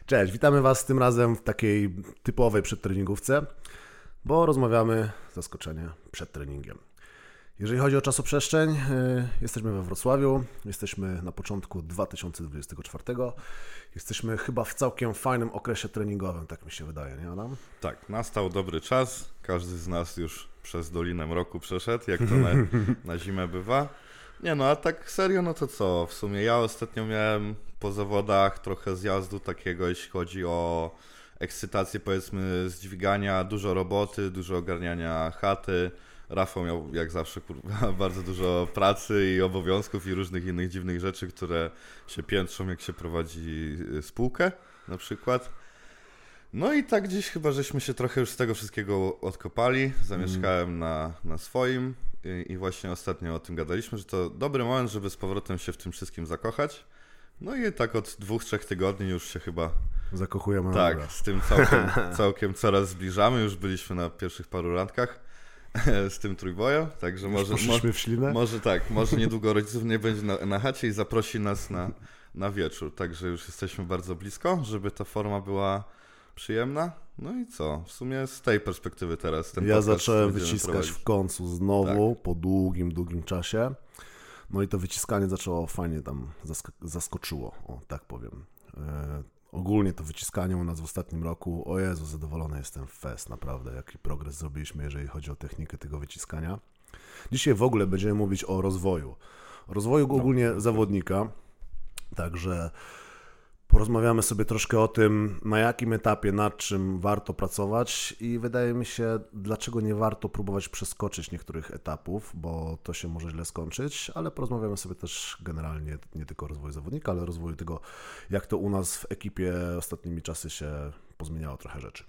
Cześć, witamy Was tym razem w takiej typowej przedtreningówce, bo rozmawiamy, zaskoczenie, przed treningiem. Jeżeli chodzi o czasoprzestrzeń, jesteśmy we Wrocławiu, jesteśmy na początku 2024, jesteśmy chyba w całkiem fajnym okresie treningowym, tak mi się wydaje, nie Adam? Tak, nastał dobry czas, każdy z nas już przez Dolinę Mroku przeszedł, jak to na zimę bywa. Nie no, a tak serio, no to co, w sumie ja ostatnio miałem po zawodach trochę zjazdu takiego, jeśli chodzi o ekscytację, powiedzmy, z dźwigania, dużo roboty, dużo ogarniania chaty. Rafał miał jak zawsze bardzo dużo pracy i obowiązków i różnych innych dziwnych rzeczy, które się piętrzą, jak się prowadzi spółkę na przykład. No i tak gdzieś chyba żeśmy się trochę już z tego wszystkiego odkopali. Zamieszkałem na swoim i właśnie ostatnio o tym gadaliśmy, że to dobry moment, żeby z powrotem się w tym wszystkim zakochać. No i tak od 2-3 tygodni już się chyba zakochujemy. Tak, z tym całkiem coraz zbliżamy. Już byliśmy na pierwszych paru randkach z tym trójbojem, także poszliśmy w ślinę? może niedługo rodziców nie będzie na chacie i zaprosi nas na wieczór, także już jesteśmy bardzo blisko, żeby ta forma była przyjemna. No i co? W sumie z tej perspektywy teraz ten Ja zacząłem wyciskać w końcu znowu, po długim czasie. No i to wyciskanie zaczęło fajnie tam zaskoczyło, o tak powiem. Ogólnie to wyciskanie u nas w ostatnim roku, o Jezu, zadowolony jestem, fest, naprawdę, jaki progres zrobiliśmy, jeżeli chodzi o technikę tego wyciskania. Dzisiaj w ogóle będziemy mówić o rozwoju. Ogólnie zawodnika, także porozmawiamy sobie troszkę o tym, na jakim etapie, nad czym warto pracować i wydaje mi się, dlaczego nie warto próbować przeskoczyć niektórych etapów, bo to się może źle skończyć, ale porozmawiamy sobie też generalnie nie tylko o rozwoju zawodnika, ale o rozwoju tego, jak to u nas w ekipie ostatnimi czasy się pozmieniało trochę rzeczy.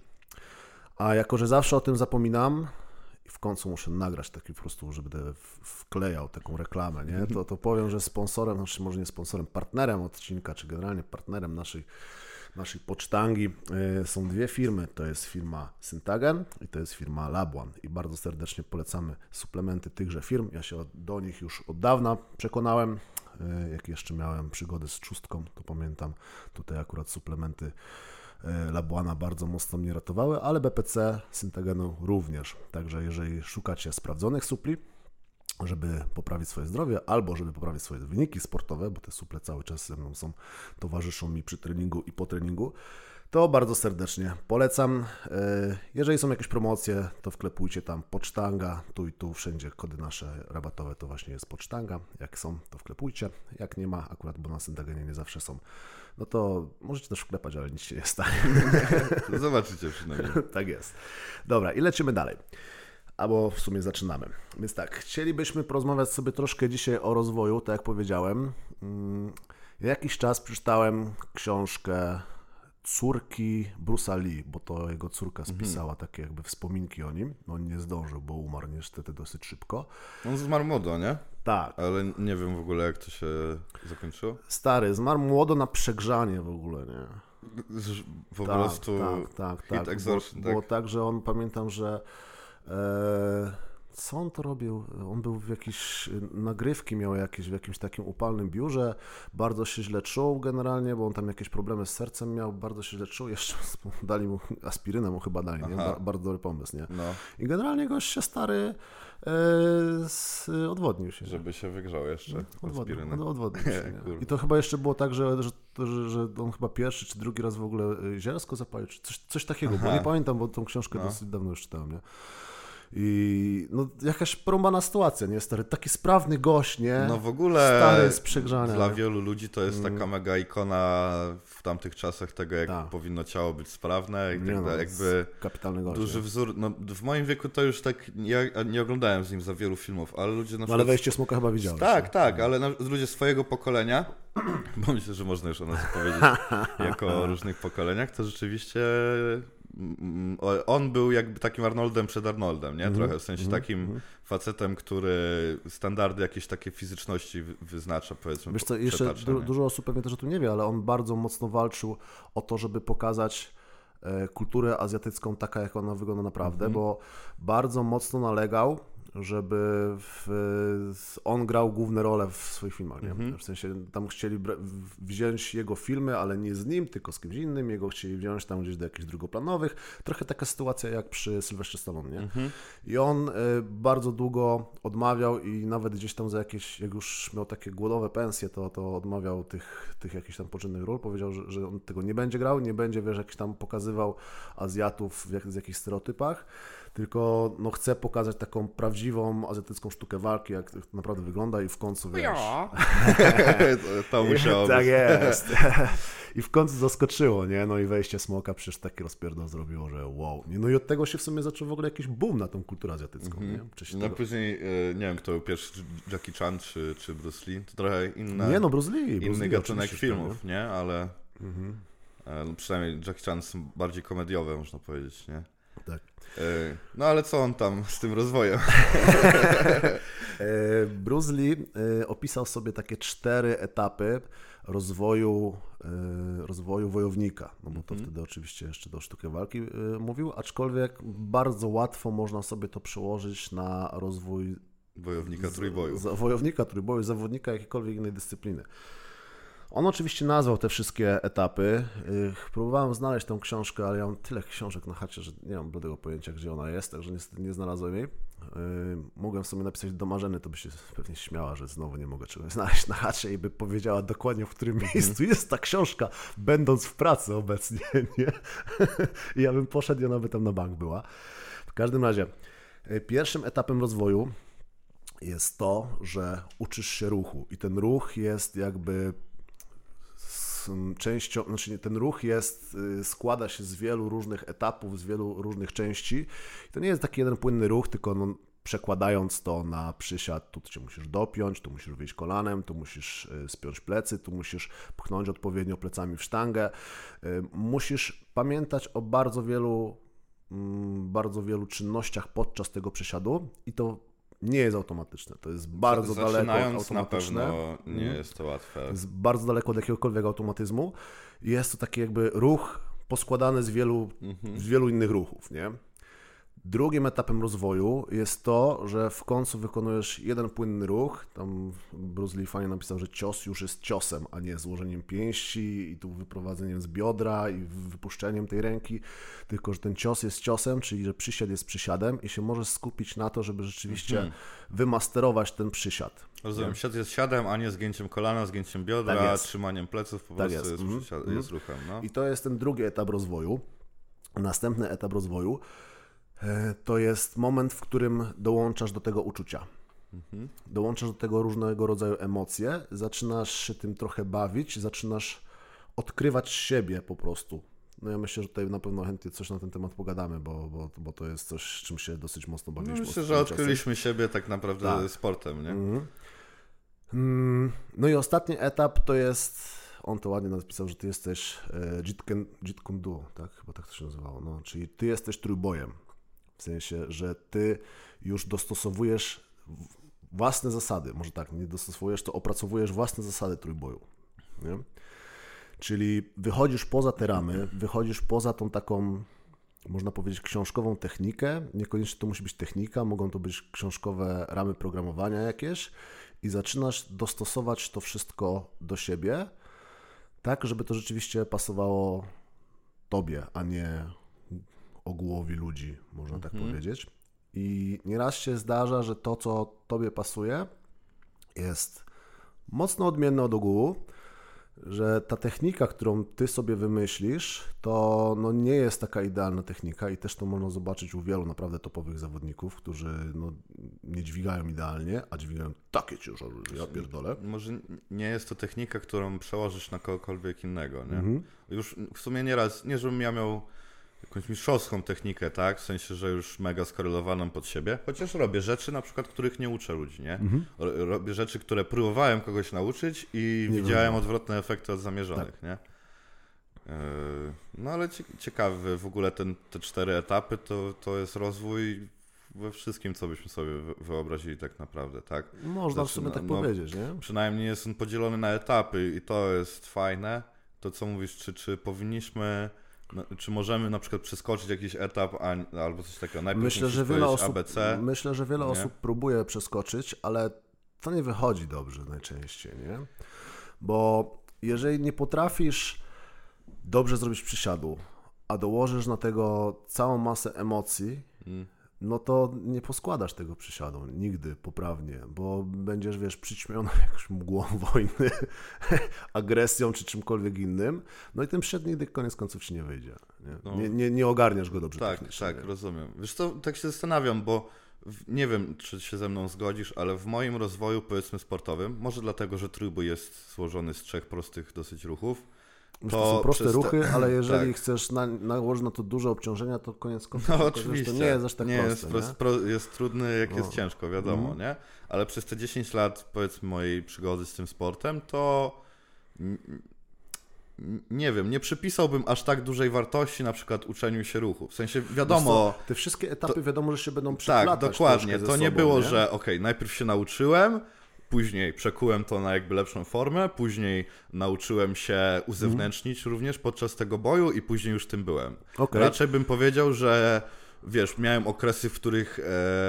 A jako, że zawsze o tym zapominam, i w końcu muszę nagrać taki po prostu, żeby będę wklejał taką reklamę, nie? To powiem, że sponsorem, znaczy może nie sponsorem, partnerem odcinka, czy generalnie partnerem naszej pocztangi są dwie firmy. To jest firma Syntagen i to jest firma Labuan. I bardzo serdecznie polecamy suplementy tychże firm. Ja się do nich już od dawna przekonałem. Jak jeszcze miałem przygody z trzustką, to pamiętam, tutaj akurat suplementy Labuana bardzo mocno mnie ratowały, ale BPC Syntagenu również. Także jeżeli szukacie sprawdzonych supli, żeby poprawić swoje zdrowie albo żeby poprawić swoje wyniki sportowe, bo te suple cały czas ze mną towarzyszą mi przy treningu i po treningu, to bardzo serdecznie polecam. Jeżeli są jakieś promocje, to wklepujcie tam pocztanga, tu i tu, wszędzie kody nasze rabatowe to właśnie jest pocztanga. Jak są, to wklepujcie. Jak nie ma, akurat bo na Syntagenie nie zawsze są, no to możecie też wklepać, ale nic się nie stanie. Zobaczycie przynajmniej. Tak jest. Dobra, i lecimy dalej. Albo w sumie zaczynamy. Więc tak, chcielibyśmy porozmawiać sobie troszkę dzisiaj o rozwoju, tak jak powiedziałem. Jakiś czas przeczytałem książkę córki Bruce'a Lee, bo to jego córka spisała takie jakby wspominki o nim. No on nie zdążył, bo umarł niestety dosyć szybko. On zmarł młodo, nie? Tak. Ale nie wiem w ogóle, jak to się zakończyło. Stary, zmarł młodo na przegrzanie w ogóle, nie? Po prostu tak. hit exhaustion, Było tak, że on, pamiętam, że co on to robił? On był w jakiejś nagrywki, miał jakieś w jakimś takim upalnym biurze, bardzo się źle czuł generalnie, bo on tam jakieś problemy z sercem miał, bardzo się źle czuł, jeszcze dali mu aspirynę, mu chyba dali, nie? Bardzo dobry pomysł, nie? No. I generalnie gość się stary odwodnił się. Żeby się wygrzał jeszcze Odwodnił się, nie? I to chyba jeszcze było tak, że on chyba pierwszy czy drugi raz w ogóle zielsko zapalił, czy coś takiego, bo nie pamiętam, bo tą książkę dosyć dawno już czytałem, nie? I no jakaś porąbana sytuacja, nie stary? Taki sprawny gość, nie? No w ogóle stary z przegrzania. Dla wielu ludzi to jest taka mega ikona w tamtych czasach tego, jak powinno ciało być sprawne i tak dalej. Jakby kapitalny gość. Duży wzór. No, w moim wieku to już tak, ja nie oglądałem z nim za wielu filmów, ale ludzie na przykład... Ale Wejście smoka chyba widziałeś. Tak, ale ludzie swojego pokolenia, bo myślę, że można już o nas powiedzieć jako o różnych pokoleniach, to rzeczywiście... On był jakby takim Arnoldem przed Arnoldem, nie? Trochę, w sensie takim facetem, który standardy jakieś takie fizyczności wyznacza, powiedzmy. Wiesz co, jeszcze dużo osób pewnie też o tym nie wie, ale on bardzo mocno walczył o to, żeby pokazać kulturę azjatycką taka, jak ona wygląda naprawdę, bo bardzo mocno nalegał, żeby on grał główne role w swoich filmach, nie? W sensie tam chcieli wziąć jego filmy, ale nie z nim, tylko z kimś innym, jego chcieli wziąć tam gdzieś do jakichś drugoplanowych. Trochę taka sytuacja jak przy Sylwestrze Stallone, nie? I on bardzo długo odmawiał i nawet gdzieś tam za jakieś, jak już miał takie głodowe pensje, to odmawiał tych jakichś tam poczynnych ról, powiedział, że on tego nie będzie grał, nie będzie, wiesz, jakiś tam pokazywał Azjatów w jakichś stereotypach, tylko no, chce pokazać taką prawdziwą azjatycką sztukę walki, jak to naprawdę wygląda i w końcu, wiesz... To musiało Tak być. jest. I w końcu zaskoczyło, nie? No i wejście Smoka przecież taki rozpierdol zrobiło, że wow. No i od tego się w sumie zaczął w ogóle jakiś boom na tą kulturę azjatycką, nie? No później, nie wiem kto był pierwszy, Jackie Chan czy Bruce Lee, to trochę inne... Nie no, Bruce Lee. Inny gatunek filmów, nie? Ale no, przynajmniej Jackie Chan są bardziej komediowe, można powiedzieć, nie? Tak. No ale co on tam z tym rozwojem? Bruce Lee opisał sobie takie 4 etapy rozwoju wojownika, no bo to wtedy oczywiście jeszcze do sztuki walki mówił, aczkolwiek bardzo łatwo można sobie to przełożyć na rozwój Wojownika trójboju. Wojownika trójboju, zawodnika jakiejkolwiek innej dyscypliny. On oczywiście nazwał te wszystkie etapy. Próbowałem znaleźć tą książkę, ale ja mam tyle książek na chacie, że nie mam bladego pojęcia, gdzie ona jest, także niestety nie znalazłem jej. Mogłem sobie napisać do Marzeny, to by się pewnie śmiała, że znowu nie mogę czegoś znaleźć na chacie i by powiedziała dokładnie, w którym miejscu jest ta książka, będąc w pracy obecnie, nie? I ja bym poszedł i ona by tam na bank była. W każdym razie, pierwszym etapem rozwoju jest to, że uczysz się ruchu i ten ruch jest jakby częścią, znaczy ten ruch składa się z wielu różnych etapów, z wielu różnych części. I to nie jest taki jeden płynny ruch, tylko no, przekładając to na przysiad, tu cię musisz dopiąć, tu musisz wyjść kolanem, tu musisz spiąć plecy, tu musisz pchnąć odpowiednio plecami w sztangę. Musisz pamiętać o bardzo wielu czynnościach podczas tego przysiadu i to nie jest automatyczne, to jest bardzo daleko od automatyczne. Na pewno nie jest to łatwe. Jest bardzo daleko od jakiegokolwiek automatyzmu. Jest to taki jakby ruch poskładany z wielu innych ruchów, nie? Drugim etapem rozwoju jest to, że w końcu wykonujesz jeden płynny ruch. Tam Bruce Lee fajnie napisał, że cios już jest ciosem, a nie złożeniem pięści i tu wyprowadzeniem z biodra i wypuszczeniem tej ręki, tylko że ten cios jest ciosem, czyli że przysiad jest przysiadem i się możesz skupić na to, żeby rzeczywiście wymasterować ten przysiad. Rozumiem, siad jest siadem, a nie zgięciem kolana, zgięciem biodra, tak trzymaniem pleców, po prostu jest ruchem. No. I to jest ten drugi etap rozwoju. Następny etap rozwoju to jest moment, w którym dołączasz do tego uczucia. Dołączasz do tego różnego rodzaju emocje, zaczynasz się tym trochę bawić, zaczynasz odkrywać siebie po prostu. No ja myślę, że tutaj na pewno chętnie coś na ten temat pogadamy, bo to jest coś, czym się dosyć mocno bawiliśmy. No myślę, że odkryliśmy siebie tak naprawdę sportem, nie? No i ostatni etap to jest, on to ładnie napisał, że ty jesteś Jeet Kune Do, tak? Chyba tak to się nazywało. No, czyli ty jesteś trójbojem. W sensie, że ty już dostosowujesz własne zasady, może tak, nie dostosowujesz, to opracowujesz własne zasady trójboju. Nie? Czyli wychodzisz poza te ramy, wychodzisz poza tą taką, można powiedzieć, książkową technikę. Niekoniecznie to musi być technika, mogą to być książkowe ramy programowania jakieś i zaczynasz dostosować to wszystko do siebie, tak, żeby to rzeczywiście pasowało tobie, a nie ogółowi ludzi, można tak powiedzieć. I nieraz się zdarza, że to, co tobie pasuje, jest mocno odmienne od ogółu, że ta technika, którą ty sobie wymyślisz, to no nie jest taka idealna technika i też to można zobaczyć u wielu naprawdę topowych zawodników, którzy no, nie dźwigają idealnie, a dźwigają takie ciężary, że ja pierdolę. Może nie jest to technika, którą przełożysz na kogokolwiek innego, nie? Już w sumie nieraz, nie żebym ja miał jakąś mistrzowską technikę, tak? W sensie, że już mega skorelowaną pod siebie. Chociaż robię rzeczy, na przykład, których nie uczę ludzi, nie? Robię rzeczy, które próbowałem kogoś nauczyć i widziałem odwrotne efekty od zamierzonych, nie? No ale ciekawe, w ogóle te 4 etapy to jest rozwój we wszystkim, co byśmy sobie wyobrazili tak naprawdę, tak? Można w sumie tak powiedzieć, nie? Przynajmniej jest on podzielony na etapy i to jest fajne. To co mówisz, czy powinniśmy Czy możemy na przykład przeskoczyć jakiś etap albo coś takiego? Najpierw Myślę, że wiele osób, ABC. myślę, że wiele osób próbuje przeskoczyć, ale to nie wychodzi dobrze najczęściej, nie? Bo jeżeli nie potrafisz dobrze zrobić przysiadu, a dołożysz na tego całą masę emocji, no to nie poskładasz tego przysiadu nigdy poprawnie, bo będziesz, wiesz, przyćmiony jakąś mgłą wojny, agresją czy czymkolwiek innym, no i ten przysiad nigdy koniec końców ci nie wyjdzie. Nie, No. nie ogarniasz go dobrze Tak, technicznie. tak, rozumiem. Wiesz co, tak się zastanawiam, bo nie wiem, czy się ze mną zgodzisz, ale w moim rozwoju, powiedzmy, sportowym, może dlatego, że trójbój jest złożony z 3 prostych dosyć ruchów. To są proste ruchy, ale jeżeli tak. chcesz nałożyć na to duże obciążenia, to koniec końców No oczywiście. to nie jest aż tak proste. Jest trudny, jak jest ciężko, wiadomo, nie? Ale przez te 10 lat, powiedzmy, mojej przygody z tym sportem, to nie wiem, nie przypisałbym aż tak dużej wartości na przykład uczeniu się ruchu. W sensie wiadomo... Te wszystkie etapy wiadomo, że się będą przeplatać. Tak, dokładnie. To nie było, nie? że najpierw się nauczyłem, później przekułem to na jakby lepszą formę, później nauczyłem się uzewnętrznić również podczas tego boju i później już tym byłem. Okay. Raczej bym powiedział, że wiesz, miałem okresy, w których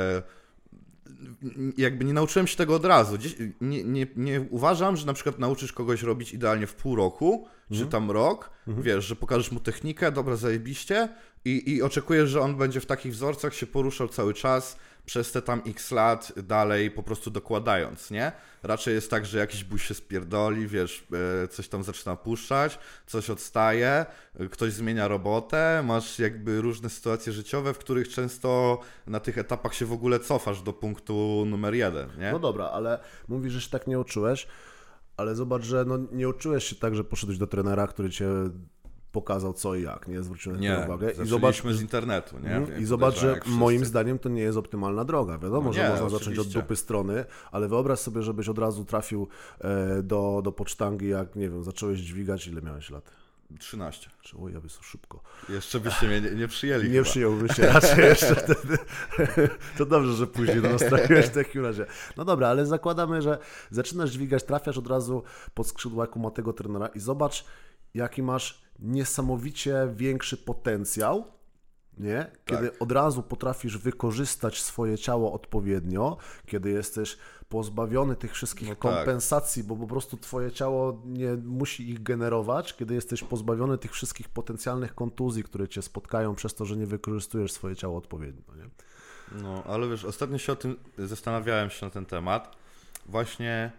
jakby nie nauczyłem się tego od razu. Nie uważam, że na przykład nauczysz kogoś robić idealnie w pół roku, czy tam rok, wiesz, że pokażesz mu technikę, dobra, zajebiście i oczekujesz, że on będzie w takich wzorcach się poruszał cały czas, przez te tam x lat dalej po prostu dokładając, nie? Raczej jest tak, że jakiś bój się spierdoli, wiesz, coś tam zaczyna puszczać, coś odstaje, ktoś zmienia robotę, masz jakby różne sytuacje życiowe, w których często na tych etapach się w ogóle cofasz do punktu numer 1, nie? No dobra, ale mówisz, że się tak nie uczyłeś, ale zobacz, że no nie uczyłeś się tak, że poszedłeś do trenera, który cię pokazał co i jak, nie? Zwróciłem na to uwagę. I zobacz, z internetu, nie? I zobacz, że moim zdaniem to nie jest optymalna droga. Wiadomo, że można zacząć od dupy strony, ale wyobraź sobie, żebyś od razu trafił do pocztangi, jak, nie wiem, zacząłeś dźwigać, ile miałeś lat? 13. O, ja to szybko. Jeszcze byście mnie nie przyjęli. Nie przyjąłby się raczej jeszcze wtedy. To dobrze, że później nastawiłeś w takim razie. No dobra, ale zakładamy, że zaczynasz dźwigać, trafiasz od razu pod skrzydła kumatego trenera i zobacz, jaki masz niesamowicie większy potencjał, nie? Kiedy od razu potrafisz wykorzystać swoje ciało odpowiednio, kiedy jesteś pozbawiony tych wszystkich kompensacji, bo po prostu twoje ciało nie musi ich generować, kiedy jesteś pozbawiony tych wszystkich potencjalnych kontuzji, które cię spotkają przez to, że nie wykorzystujesz swoje ciało odpowiednio, nie? No, ale wiesz, ostatnio się o tym zastanawiałem się na ten temat. Właśnie,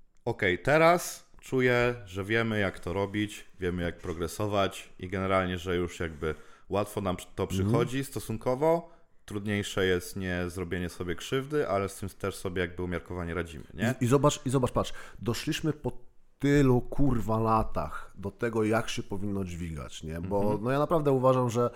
teraz czuję, że wiemy jak to robić, wiemy jak progresować i generalnie, że już jakby łatwo nam to przychodzi stosunkowo. Trudniejsze jest nie zrobienie sobie krzywdy, ale z tym też sobie jakby umiarkowanie radzimy, nie? I zobacz, patrz, doszliśmy po tylu kurwa latach do tego, jak się powinno dźwigać, nie? Bo no ja naprawdę uważam, że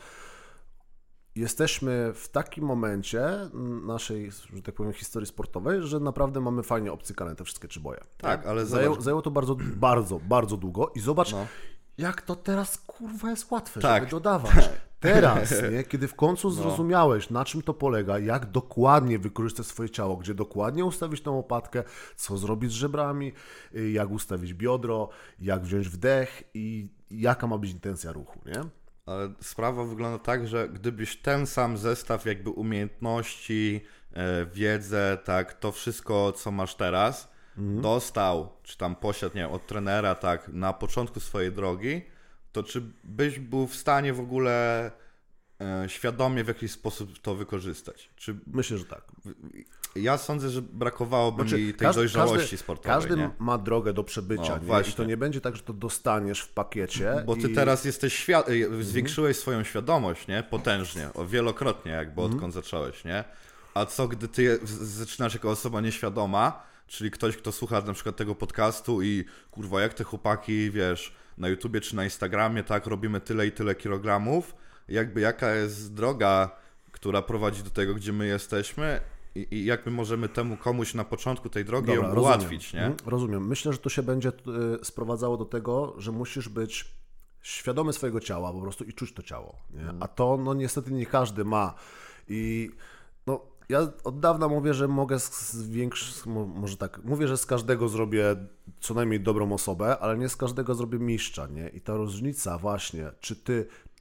jesteśmy w takim momencie naszej, że tak powiem, historii sportowej, że naprawdę mamy fajnie obcykane te wszystkie trzyboje. Tak, ale zajęło to bardzo długo i zobacz, jak to teraz kurwa jest łatwe, żeby dodawać. Teraz, nie? Kiedy w końcu zrozumiałeś, na czym to polega, jak dokładnie wykorzystać swoje ciało, gdzie dokładnie ustawić tą łopatkę, co zrobić z żebrami, jak ustawić biodro, jak wziąć wdech i jaka ma być intencja ruchu, nie? Ale sprawa wygląda tak, że gdybyś ten sam zestaw jakby umiejętności, wiedzę, tak, to wszystko, co masz teraz, dostał, czy tam posiadł, nie wiem, od trenera, tak, na początku swojej drogi, to czy byś był w stanie w ogóle świadomie w jakiś sposób to wykorzystać? Myślę, że tak. Ja sądzę, że brakowałoby mi tej dojrzałości sportowej. Każdy ma drogę do przebycia, nie? I to nie będzie tak, że to dostaniesz w pakiecie. Bo ty teraz jesteś zwiększyłeś swoją świadomość, nie? Potężnie, wielokrotnie jakby odkąd zacząłeś, nie? A co gdy ty zaczynasz jako osoba nieświadoma, czyli ktoś, kto słucha na przykład tego podcastu i kurwa, jak te chłopaki, wiesz, na YouTubie czy na Instagramie, tak, robimy tyle i tyle kilogramów, jakby jaka jest droga, która prowadzi do tego, gdzie my jesteśmy i jak my możemy temu komuś na początku tej drogi ją ułatwić, nie? Rozumiem. Myślę, że to się będzie sprowadzało do tego, że musisz być świadomy swojego ciała po prostu i czuć to ciało, nie? A to, no niestety nie każdy ma i no ja od dawna mówię, że mogę może tak, mówię, że z każdego zrobię co najmniej dobrą osobę, ale nie z każdego zrobię mistrza, nie? I ta różnica właśnie, czy ty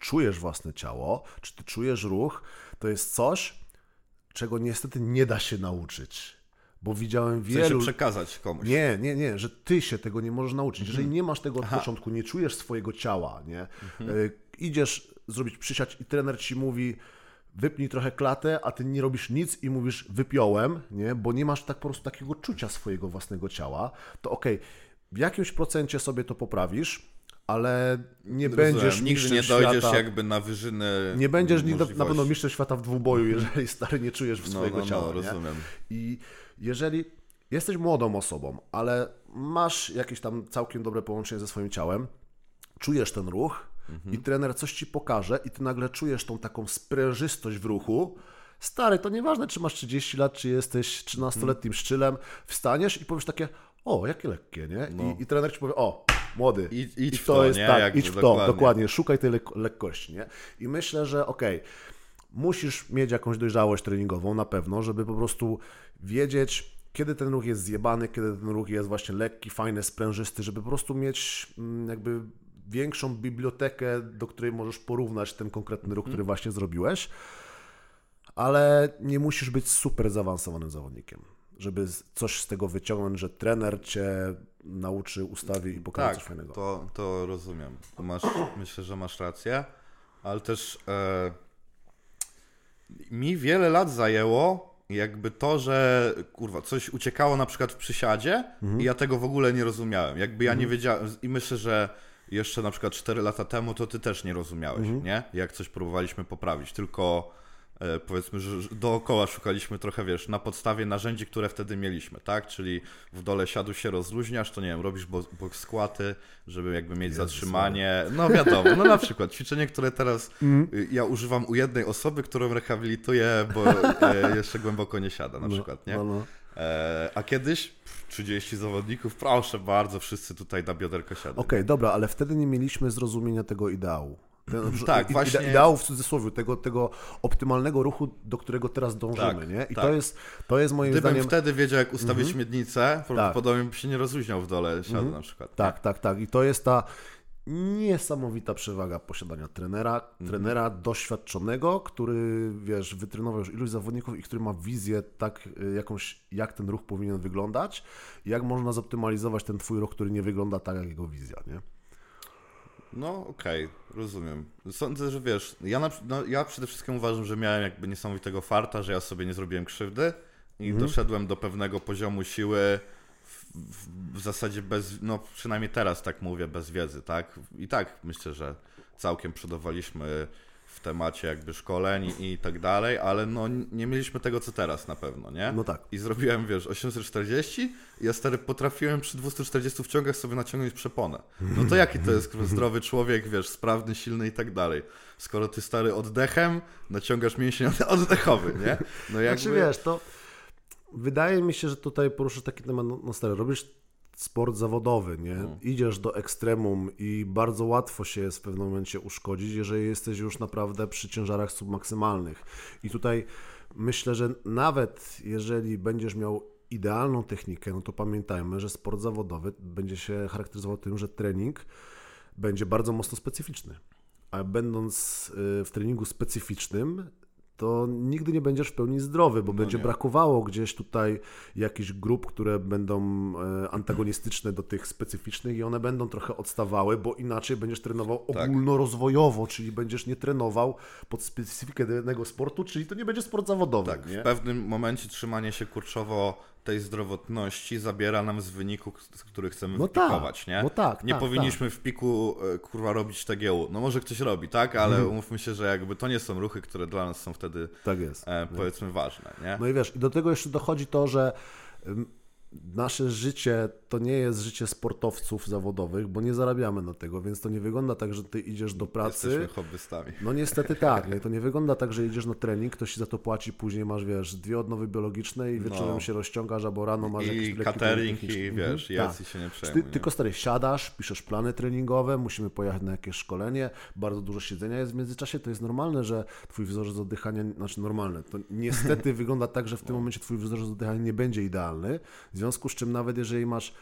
czujesz własne ciało, czy ty czujesz ruch, to jest coś, czego niestety nie da się nauczyć. Bo widziałem wielu... W sensie przekazać komuś. Nie, że ty się tego nie możesz nauczyć. Jeżeli nie masz tego od początku, nie czujesz swojego ciała, nie? Idziesz zrobić przysiad i trener ci mówi wypnij trochę klatę, a ty nie robisz nic i mówisz wypiąłem, nie? Bo nie masz tak po prostu takiego czucia swojego własnego ciała, to okej, w jakimś procencie sobie to poprawisz, ale nie będziesz nigdy nie dojdziesz jakby na wyżyny. Nie będziesz na pewno mistrzem świata w dwuboju, jeżeli stary nie czujesz swojego ciała. No, rozumiem. I jeżeli jesteś młodą osobą, ale masz jakieś tam całkiem dobre połączenie ze swoim ciałem, czujesz ten ruch i trener coś ci pokaże i ty nagle czujesz tą taką sprężystość w ruchu. Stary, to nieważne, czy masz 30 lat, czy jesteś 13-letnim szczylem, wstaniesz i powiesz takie, o, jakie lekkie, nie? No. I trener ci powie, o, młody, idź w to to, jest nie? tak, Jakby idź w to, dokładnie, szukaj tej lekkości, nie? I myślę, że musisz mieć jakąś dojrzałość treningową na pewno, żeby po prostu wiedzieć, kiedy ten ruch jest zjebany, kiedy ten ruch jest właśnie lekki, fajny, sprężysty, żeby po prostu mieć jakby większą bibliotekę, do której możesz porównać ten konkretny ruch, który właśnie zrobiłeś, ale nie musisz być super zaawansowanym zawodnikiem, żeby coś z tego wyciągnąć, że trener cię nauczy, ustawi i pokaże coś fajnego. To rozumiem. Myślę, że masz rację, ale też mi wiele lat zajęło jakby to, że kurwa, coś uciekało na przykład w przysiadzie i ja tego w ogóle nie rozumiałem. Jakby ja nie wiedziałem i myślę, że jeszcze na przykład 4 lata temu to ty też nie rozumiałeś, nie? Jak coś próbowaliśmy poprawić, tylko powiedzmy, że dookoła szukaliśmy trochę, wiesz, na podstawie narzędzi, które wtedy mieliśmy, tak? Czyli w dole siadu się rozluźniasz, to nie wiem, robisz box squaty, żeby jakby mieć zatrzymanie. No wiadomo, no na przykład ćwiczenie, które teraz ja używam u jednej osoby, którą rehabilituję, bo jeszcze głęboko nie siada na przykład, nie? A kiedyś 30 zawodników, proszę bardzo, wszyscy tutaj na bioderko siadają. Okej, dobra, ale wtedy nie mieliśmy zrozumienia tego ideału. Tak, właśnie. Ideału w cudzysłowie, tego optymalnego ruchu, do którego teraz dążymy, nie? I to jest moim zdaniem... Gdybym wtedy wiedział, jak ustawić miednicę, prawdopodobnie bym się nie rozluźniał w dole siadu na przykład. Tak. I to jest ta niesamowita przewaga posiadania trenera doświadczonego, który, wiesz, wytrenował już iluś zawodników i który ma wizję jak ten ruch powinien wyglądać i jak można zoptymalizować ten twój ruch, który nie wygląda tak, jak jego wizja, nie? No okej, rozumiem. Sądzę, że wiesz, ja przede wszystkim uważam, że miałem jakby niesamowitego farta, że ja sobie nie zrobiłem krzywdy i doszedłem do pewnego poziomu siły w zasadzie no przynajmniej teraz tak mówię, bez wiedzy, tak? I tak myślę, że całkiem przodowaliśmy w temacie jakby szkoleń i tak dalej, ale no nie mieliśmy tego, co teraz na pewno, nie? No tak. I zrobiłem, wiesz, 840 i ja stary potrafiłem przy 240 wciągach sobie naciągnąć przeponę. No to jaki to jest zdrowy człowiek, wiesz, sprawny, silny i tak dalej. Skoro ty stary oddechem naciągasz mięsień oddechowy, nie? No jakby... Znaczy wiesz, to wydaje mi się, że tutaj poruszysz taki temat, no stary, robisz sport zawodowy, nie? Idziesz do ekstremum i bardzo łatwo się jest w pewnym momencie uszkodzić, jeżeli jesteś już naprawdę przy ciężarach submaksymalnych. I tutaj myślę, że nawet jeżeli będziesz miał idealną technikę, no to pamiętajmy, że sport zawodowy będzie się charakteryzował tym, że trening będzie bardzo mocno specyficzny. A będąc w treningu specyficznym, to nigdy nie będziesz w pełni zdrowy, bo będzie brakowało gdzieś tutaj jakichś grup, które będą antagonistyczne do tych specyficznych i one będą trochę odstawały, bo inaczej będziesz trenował ogólnorozwojowo, czyli będziesz nie trenował pod specyfikę danego sportu, czyli to nie będzie sport zawodowy. Tak, nie? W pewnym momencie trzymanie się kurczowo tej zdrowotności zabiera nam z wyniku, który chcemy wpikować, nie? Nie powinniśmy w piku, kurwa, robić TGU. No może ktoś robi, tak? Ale umówmy się, że jakby to nie są ruchy, które dla nas są wtedy, powiedzmy, ważne, nie? No i wiesz, i do tego jeszcze dochodzi to, że nasze życie to nie jest życie sportowców zawodowych, bo nie zarabiamy na tego, więc to nie wygląda tak, że ty idziesz do pracy. Jesteśmy hobbystami. No niestety tak, nie? To nie wygląda tak, że idziesz na trening, ktoś ci za to płaci, później masz, wiesz, 2 odnowy biologiczne i wieczorem się rozciągasz, albo rano masz jakieś I catering i wiesz, jacy się nie przejmują. Tylko stary, siadasz, piszesz plany treningowe, musimy pojechać na jakieś szkolenie, bardzo dużo siedzenia jest w międzyczasie, to jest normalne, że twój wzorzec oddychania, znaczy normalne, to niestety wygląda tak, że w tym momencie twój wzorzec oddychania nie będzie idealny, w związku z czym nawet jeżeli masz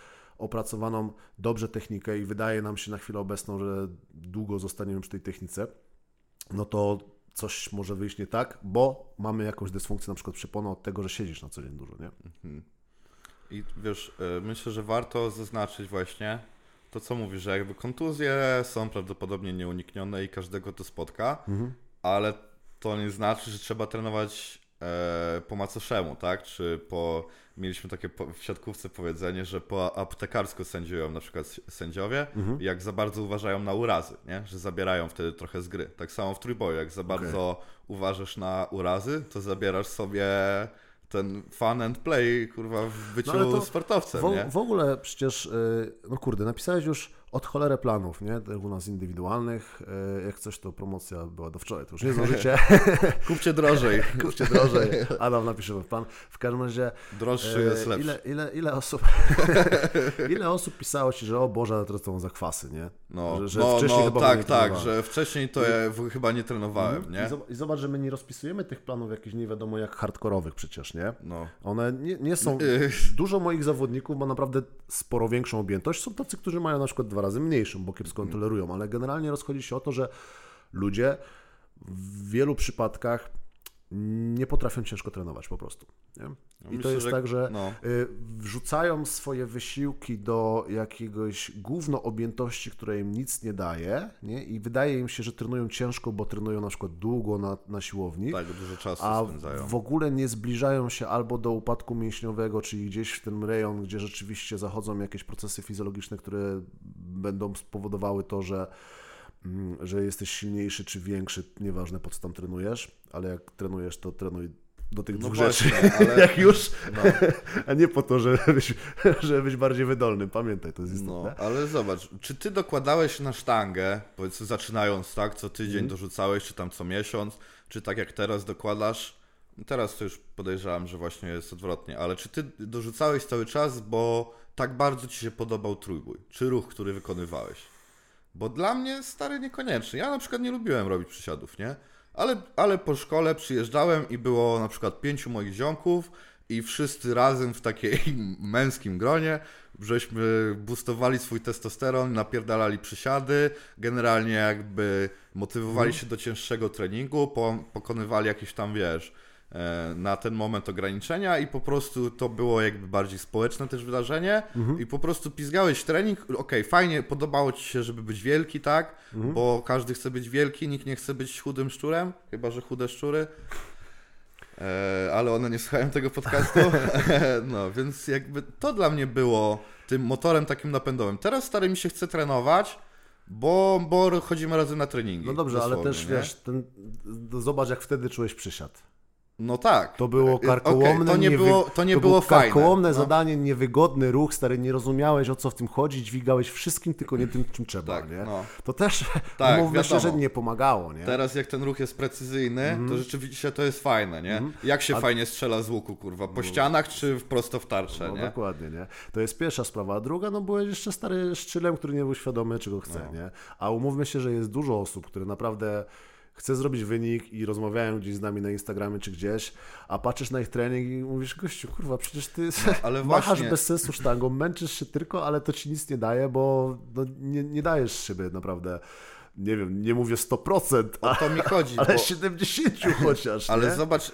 opracowaną dobrze technikę i wydaje nam się na chwilę obecną, że długo zostaniemy przy tej technice, no to coś może wyjść nie tak, bo mamy jakąś dysfunkcję, na przykład przypona od tego, że siedzisz na co dzień dużo, nie? I wiesz, myślę, że warto zaznaczyć właśnie to, co mówisz, że jakby kontuzje są prawdopodobnie nieuniknione i każdego to spotka, ale to nie znaczy, że trzeba trenować po macoszemu, tak? Czy mieliśmy takie w siatkówce powiedzenie, że po aptekarsku sędziują na przykład sędziowie, jak za bardzo uważają na urazy, nie? Że zabierają wtedy trochę z gry. Tak samo w trójboju, jak za bardzo uważasz na urazy, to zabierasz sobie ten fun and play, kurwa, w byciu sportowcem, nie? W ogóle przecież, no kurde, napisałeś już od cholerę planów, nie? U nas indywidualnych. Jak coś, to promocja była do wczoraj, to już nie zdążycie. Kupcie drożej. Kupcie drożej. Adam napisze w plan. W każdym razie... Droższy jest lepszy. Ile osób pisało ci, że o Boże, ale teraz to są zakwasy, nie? Że wcześniej chyba tak, że wcześniej to ja chyba nie trenowałem, nie? I zobacz, że my nie rozpisujemy tych planów jakichś nie wiadomo jak hardkorowych przecież, nie? No. One nie są... Dużo moich zawodników ma naprawdę sporo większą objętość. Są tacy, którzy mają na przykład 2 razy mniejszą, bo kiepsko tolerują, ale generalnie rozchodzi się o to, że ludzie w wielu przypadkach nie potrafią ciężko trenować po prostu. Nie? I myślę, to jest tak, że wrzucają swoje wysiłki do jakiegoś gówno objętości, które im nic nie daje, nie? I wydaje im się, że trenują ciężko, bo trenują na przykład długo na siłowni, tak, dużo czasu spędzają. W ogóle nie zbliżają się albo do upadku mięśniowego, czyli gdzieś w ten rejon, gdzie rzeczywiście zachodzą jakieś procesy fizjologiczne, które będą spowodowały to, że jesteś silniejszy czy większy, nieważne po co tam trenujesz, ale jak trenujesz, to trenuj do tych dwóch rzeczy, ale... jak już, a nie po to, żeby być bardziej wydolnym. Pamiętaj, to jest istotne. Ale zobacz, czy ty dokładałeś na sztangę, powiedzmy zaczynając tak, co tydzień dorzucałeś, czy tam co miesiąc, czy tak jak teraz dokładasz, teraz to już podejrzewam, że właśnie jest odwrotnie, ale czy ty dorzucałeś cały czas, bo tak bardzo ci się podobał trójbój, czy ruch, który wykonywałeś? Bo dla mnie, stary, niekoniecznie. Ja na przykład nie lubiłem robić przysiadów, nie? Ale po szkole przyjeżdżałem i było na przykład 5 moich ziomków i wszyscy razem w takiej męskim gronie, żeśmy boostowali swój testosteron, napierdalali przysiady, generalnie jakby motywowali się do cięższego treningu, pokonywali jakieś tam, wiesz, na ten moment ograniczenia i po prostu to było jakby bardziej społeczne też wydarzenie i po prostu pizgałeś trening, okej, fajnie, podobało ci się, żeby być wielki, tak, bo każdy chce być wielki, nikt nie chce być chudym szczurem, chyba że chude szczury, ale one nie słuchają tego podcastu, no więc jakby to dla mnie było tym motorem takim napędowym. Teraz stary mi się chce trenować, bo chodzimy razem na treningi. No dobrze, ale też nie? Wiesz, zobacz jak wtedy czułeś przysiad. No tak. To było karkołomne, to nie było fajne. Karkołomne zadanie, niewygodny ruch, stary, nie rozumiałeś o co w tym chodzi, dźwigałeś wszystkim, tylko nie tym, czym trzeba, tak, nie? No. To też, tak, mówmy się, że nie pomagało, nie? Teraz jak ten ruch jest precyzyjny, to rzeczywiście to jest fajne, nie? Jak się fajnie strzela z łuku, kurwa, po ścianach czy prosto w tarczę, nie? Dokładnie, nie? To jest pierwsza sprawa, a druga, no byłeś jeszcze stary szczylem, który nie był świadomy, czego chce, nie? A umówmy się, że jest dużo osób, które naprawdę chce zrobić wynik i rozmawiają gdzieś z nami na Instagramie czy gdzieś, a patrzysz na ich trening i mówisz, gościu, kurwa, przecież ty machasz bez sensu sztangą, męczysz się tylko, ale to ci nic nie daje, bo nie dajesz siebie naprawdę, nie wiem, nie mówię 100%, o to mi chodzi, ale 70% chociaż. Ale nie? zobacz,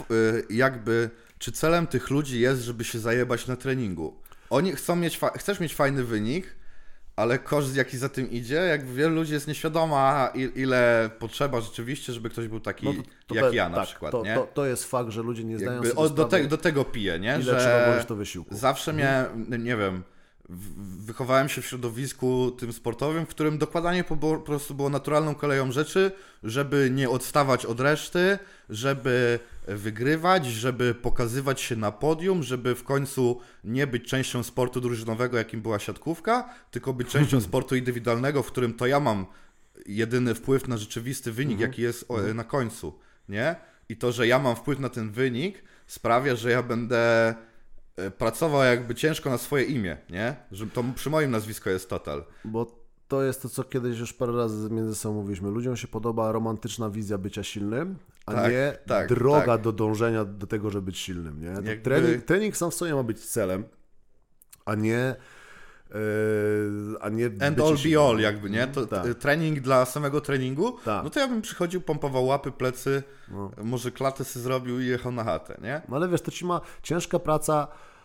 czy celem tych ludzi jest, żeby się zajebać na treningu. Oni chcesz mieć fajny wynik, ale koszt, jaki za tym idzie, jakby wielu ludzi jest nieświadoma, ile potrzeba rzeczywiście, żeby ktoś był taki jak ja na przykład, nie? To jest fakt, że ludzie nie zdają sobie sprawy, do tego piję, nie? Ile że trzeba włożyć to wysiłku. Zawsze miałem, nie wiem, wychowałem się w środowisku tym sportowym, w którym dokładanie po prostu było naturalną koleją rzeczy, żeby nie odstawać od reszty, żeby wygrywać, żeby pokazywać się na podium, żeby w końcu nie być częścią sportu drużynowego, jakim była siatkówka, tylko być częścią sportu indywidualnego, w którym to ja mam jedyny wpływ na rzeczywisty wynik, jaki jest na końcu, nie? I to, że ja mam wpływ na ten wynik, sprawia, że ja będę pracował jakby ciężko na swoje imię, nie? Że to przy moim nazwisku jest total. Bo to jest to, co kiedyś już parę razy między sobą mówiliśmy. Ludziom się podoba romantyczna wizja bycia silnym, a nie droga do dążenia do tego, żeby być silnym, nie? Trening sam w sobie ma być celem, a nie a nie... And all be all jakby, nie? To tak. Trening dla samego treningu, tak. No to ja bym przychodził, pompował łapy, plecy, może klatę sobie zrobił i jechał na chatę, nie? No ale wiesz, to ciężka praca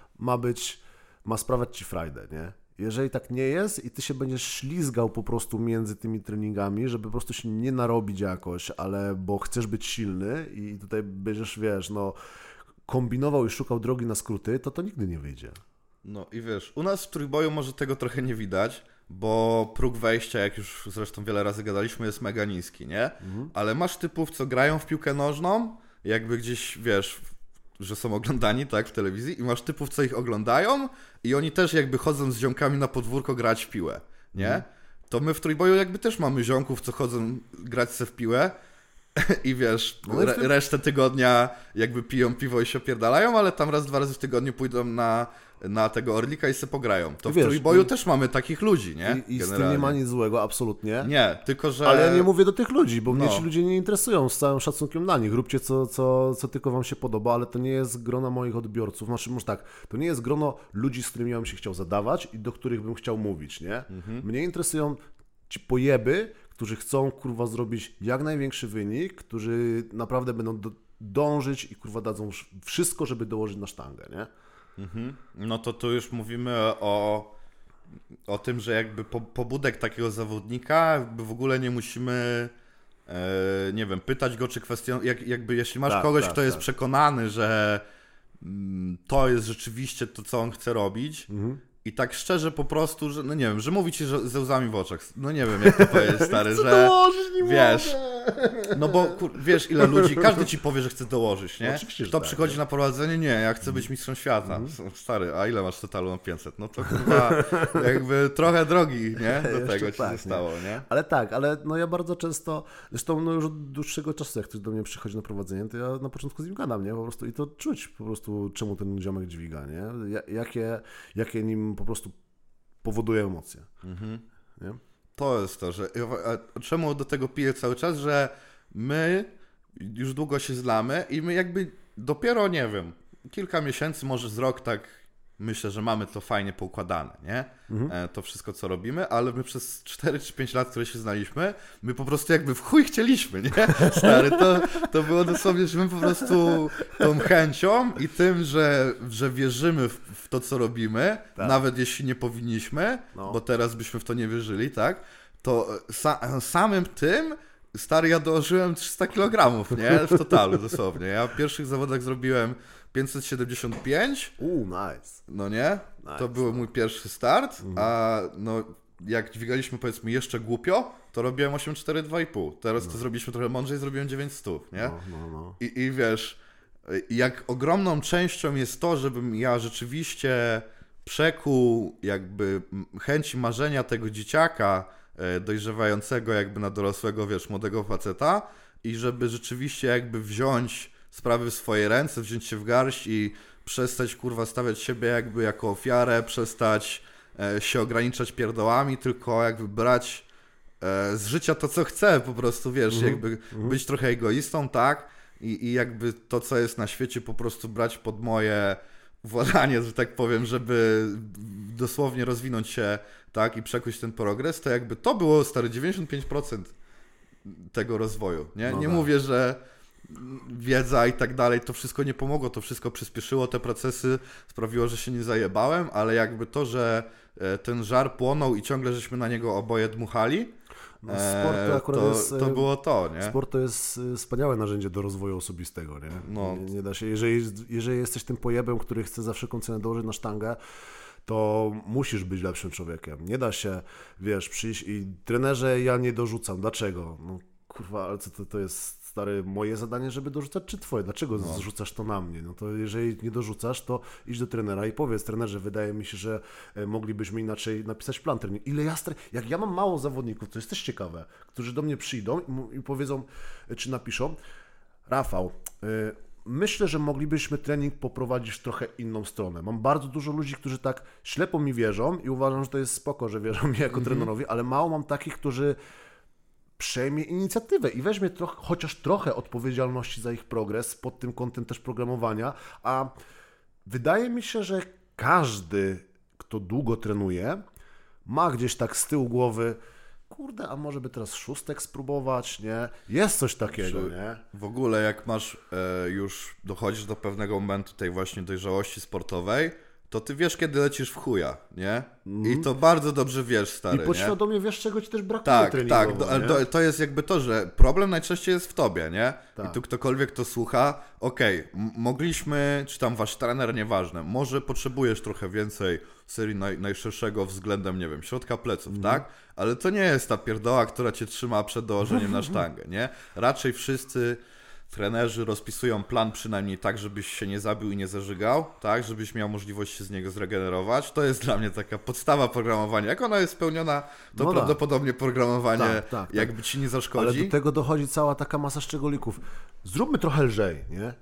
ma sprawiać ci frajdę, nie? Jeżeli tak nie jest i ty się będziesz ślizgał po prostu między tymi treningami, żeby po prostu się nie narobić jakoś, ale bo chcesz być silny i tutaj będziesz, wiesz, kombinował i szukał drogi na skróty, to nigdy nie wyjdzie. No i wiesz, u nas w trójboju może tego trochę nie widać, bo próg wejścia, jak już zresztą wiele razy gadaliśmy, jest mega niski, nie? Ale masz typów, co grają w piłkę nożną, jakby gdzieś, wiesz, że są oglądani, tak, w telewizji, i masz typów, co ich oglądają i oni też jakby chodzą z ziomkami na podwórko grać w piłę, nie? To my w trójboju jakby też mamy ziomków, co chodzą grać se w piłę i wiesz, resztę tygodnia jakby piją piwo i się opierdalają, ale tam raz, 2 razy w tygodniu pójdą na tego Orlika i se pograją. To wiesz, w trójboju też mamy takich ludzi, nie? I z tym nie ma nic złego, absolutnie. Nie, tylko że... Ale ja nie mówię do tych ludzi, bo mnie ci ludzie nie interesują, z całym szacunkiem dla nich. Róbcie co tylko wam się podoba, ale to nie jest grono moich odbiorców. Znaczy, może tak, to nie jest grono ludzi, z którymi ja bym się chciał zadawać i do których bym chciał mówić, nie? Mnie interesują ci pojeby, którzy chcą, kurwa, zrobić jak największy wynik, którzy naprawdę będą dążyć i, kurwa, dadzą wszystko, żeby dołożyć na sztangę, nie? No to tu już mówimy o tym, że jakby pobudek takiego zawodnika jakby w ogóle nie musimy, nie wiem, pytać go, czy jakby jeśli masz kogoś, kto jest przekonany, że to jest rzeczywiście to, co on chce robić, i tak szczerze po prostu, że no nie wiem, że mówi ci że ze łzami w oczach. No nie wiem, jak to powiedzieć, stary, że dołożyć, nie wiesz, mogę. no bo wiesz, ile ludzi, każdy ci powie, że chce dołożyć, nie? Oczywiście, że Kto tak, przychodzi na prowadzenie? Nie, ja chcę być mistrzem świata. Stary, a ile masz totalu na 500? No to kurwa, jakby trochę drogi, nie? Do tego ci zostało, nie? Ale no ja bardzo często, zresztą już od dłuższego czasu, jak ktoś do mnie przychodzi na prowadzenie, to ja na początku z nim gadam, nie? Po prostu i to czuć po prostu, czemu ten ziomek dźwiga, nie? Jakie nim po prostu powoduje emocje. Nie? To jest to, że czemu do tego piję cały czas, że my już długo się znamy i my jakby dopiero, nie wiem, kilka miesięcy, może z rok tak myślę, że mamy to fajnie poukładane, nie? To wszystko, co robimy, ale my przez 4 czy 5 lat, które się znaliśmy, my po prostu jakby w chuj chcieliśmy, nie? Stary, to było dosłownie, że my po prostu tą chęcią i tym, że wierzymy w to, co robimy, nawet jeśli nie powinniśmy, bo teraz byśmy w to nie wierzyli, tak? To samym tym, stary, ja dołożyłem 300 kg, nie? W totalu, dosłownie. Ja w pierwszych zawodach zrobiłem 575. Nice. No nie? Nice. To był mój pierwszy start, a no jak dźwigaliśmy, powiedzmy, jeszcze głupio, to robiłem 8,4-2,5. Teraz to zrobiliśmy trochę mądrzej, zrobiłem 900, nie? No. I wiesz, jak ogromną częścią jest to, żebym ja rzeczywiście przekuł jakby chęci marzenia tego dzieciaka dojrzewającego jakby na dorosłego, wiesz, młodego faceta i żeby rzeczywiście jakby wziąć sprawy w swoje ręce, wziąć się w garść i przestać, kurwa, stawiać siebie jakby jako ofiarę, przestać się ograniczać pierdołami, tylko jakby brać z życia to, co chcę, po prostu, wiesz, jakby być trochę egoistą, tak? I jakby to, co jest na świecie, po prostu brać pod moje władanie, że tak powiem, żeby dosłownie rozwinąć się, tak, i przekuć ten progres, to jakby to było, stary, 95% tego rozwoju, nie? Nie mówię, że wiedza i tak dalej, to wszystko nie pomogło, to wszystko przyspieszyło te procesy, sprawiło, że się nie zajebałem, ale jakby to, że ten żar płonął i ciągle żeśmy na niego oboje dmuchali, sport to akurat to było to, nie? Sport to jest wspaniałe narzędzie do rozwoju osobistego, nie? Nie da się, jeżeli jesteś tym pojebem, który chce za wszelką cenę dołożyć na sztangę, to musisz być lepszym człowiekiem. Nie da się, wiesz, przyjść i trenerze, ja nie dorzucam. Dlaczego? No kurwa, ale co to jest, stary, moje zadanie, żeby dorzucać, czy twoje? Dlaczego zrzucasz to na mnie? No to jeżeli nie dorzucasz, to idź do trenera i powiedz, trenerze, wydaje mi się, że moglibyśmy inaczej napisać plan treningu. Jak ja mam mało zawodników, to jest też ciekawe, którzy do mnie przyjdą i powiedzą, czy napiszą, Rafał, myślę, że moglibyśmy trening poprowadzić w trochę inną stronę. Mam bardzo dużo ludzi, którzy tak ślepo mi wierzą i uważam, że to jest spoko, że wierzą mi jako trenerowi, ale mało mam takich, którzy przejmie inicjatywę i weźmie chociaż trochę odpowiedzialności za ich progres pod tym kątem też programowania, a wydaje mi się, że każdy, kto długo trenuje, ma gdzieś tak z tyłu głowy, kurde, a może by teraz szóstek spróbować, nie? Jest coś takiego, nie? W ogóle jak masz, już dochodzisz do pewnego momentu tej właśnie dojrzałości sportowej, to ty wiesz, kiedy lecisz w chuja, nie? I to bardzo dobrze wiesz, stary, I podświadomie wiesz, czego ci też brakuje tak, treningowo, ale to jest jakby to, że problem najczęściej jest w tobie, nie? Tak. I tu ktokolwiek to słucha, mogliśmy, czy tam wasz trener, nieważne, może potrzebujesz trochę więcej serii najszerszego względem, nie wiem, środka pleców, tak? Ale to nie jest ta pierdoła, która cię trzyma przed dołożeniem na sztangę, nie? Raczej wszyscy trenerzy rozpisują plan przynajmniej tak, żebyś się nie zabił i nie zażygał, tak, żebyś miał możliwość się z niego zregenerować. To jest dla mnie taka podstawa programowania. Jak ona jest spełniona, to prawdopodobnie programowanie jakby ci nie zaszkodzi. Ale do tego dochodzi cała taka masa szczególików. Zróbmy trochę lżej, nie?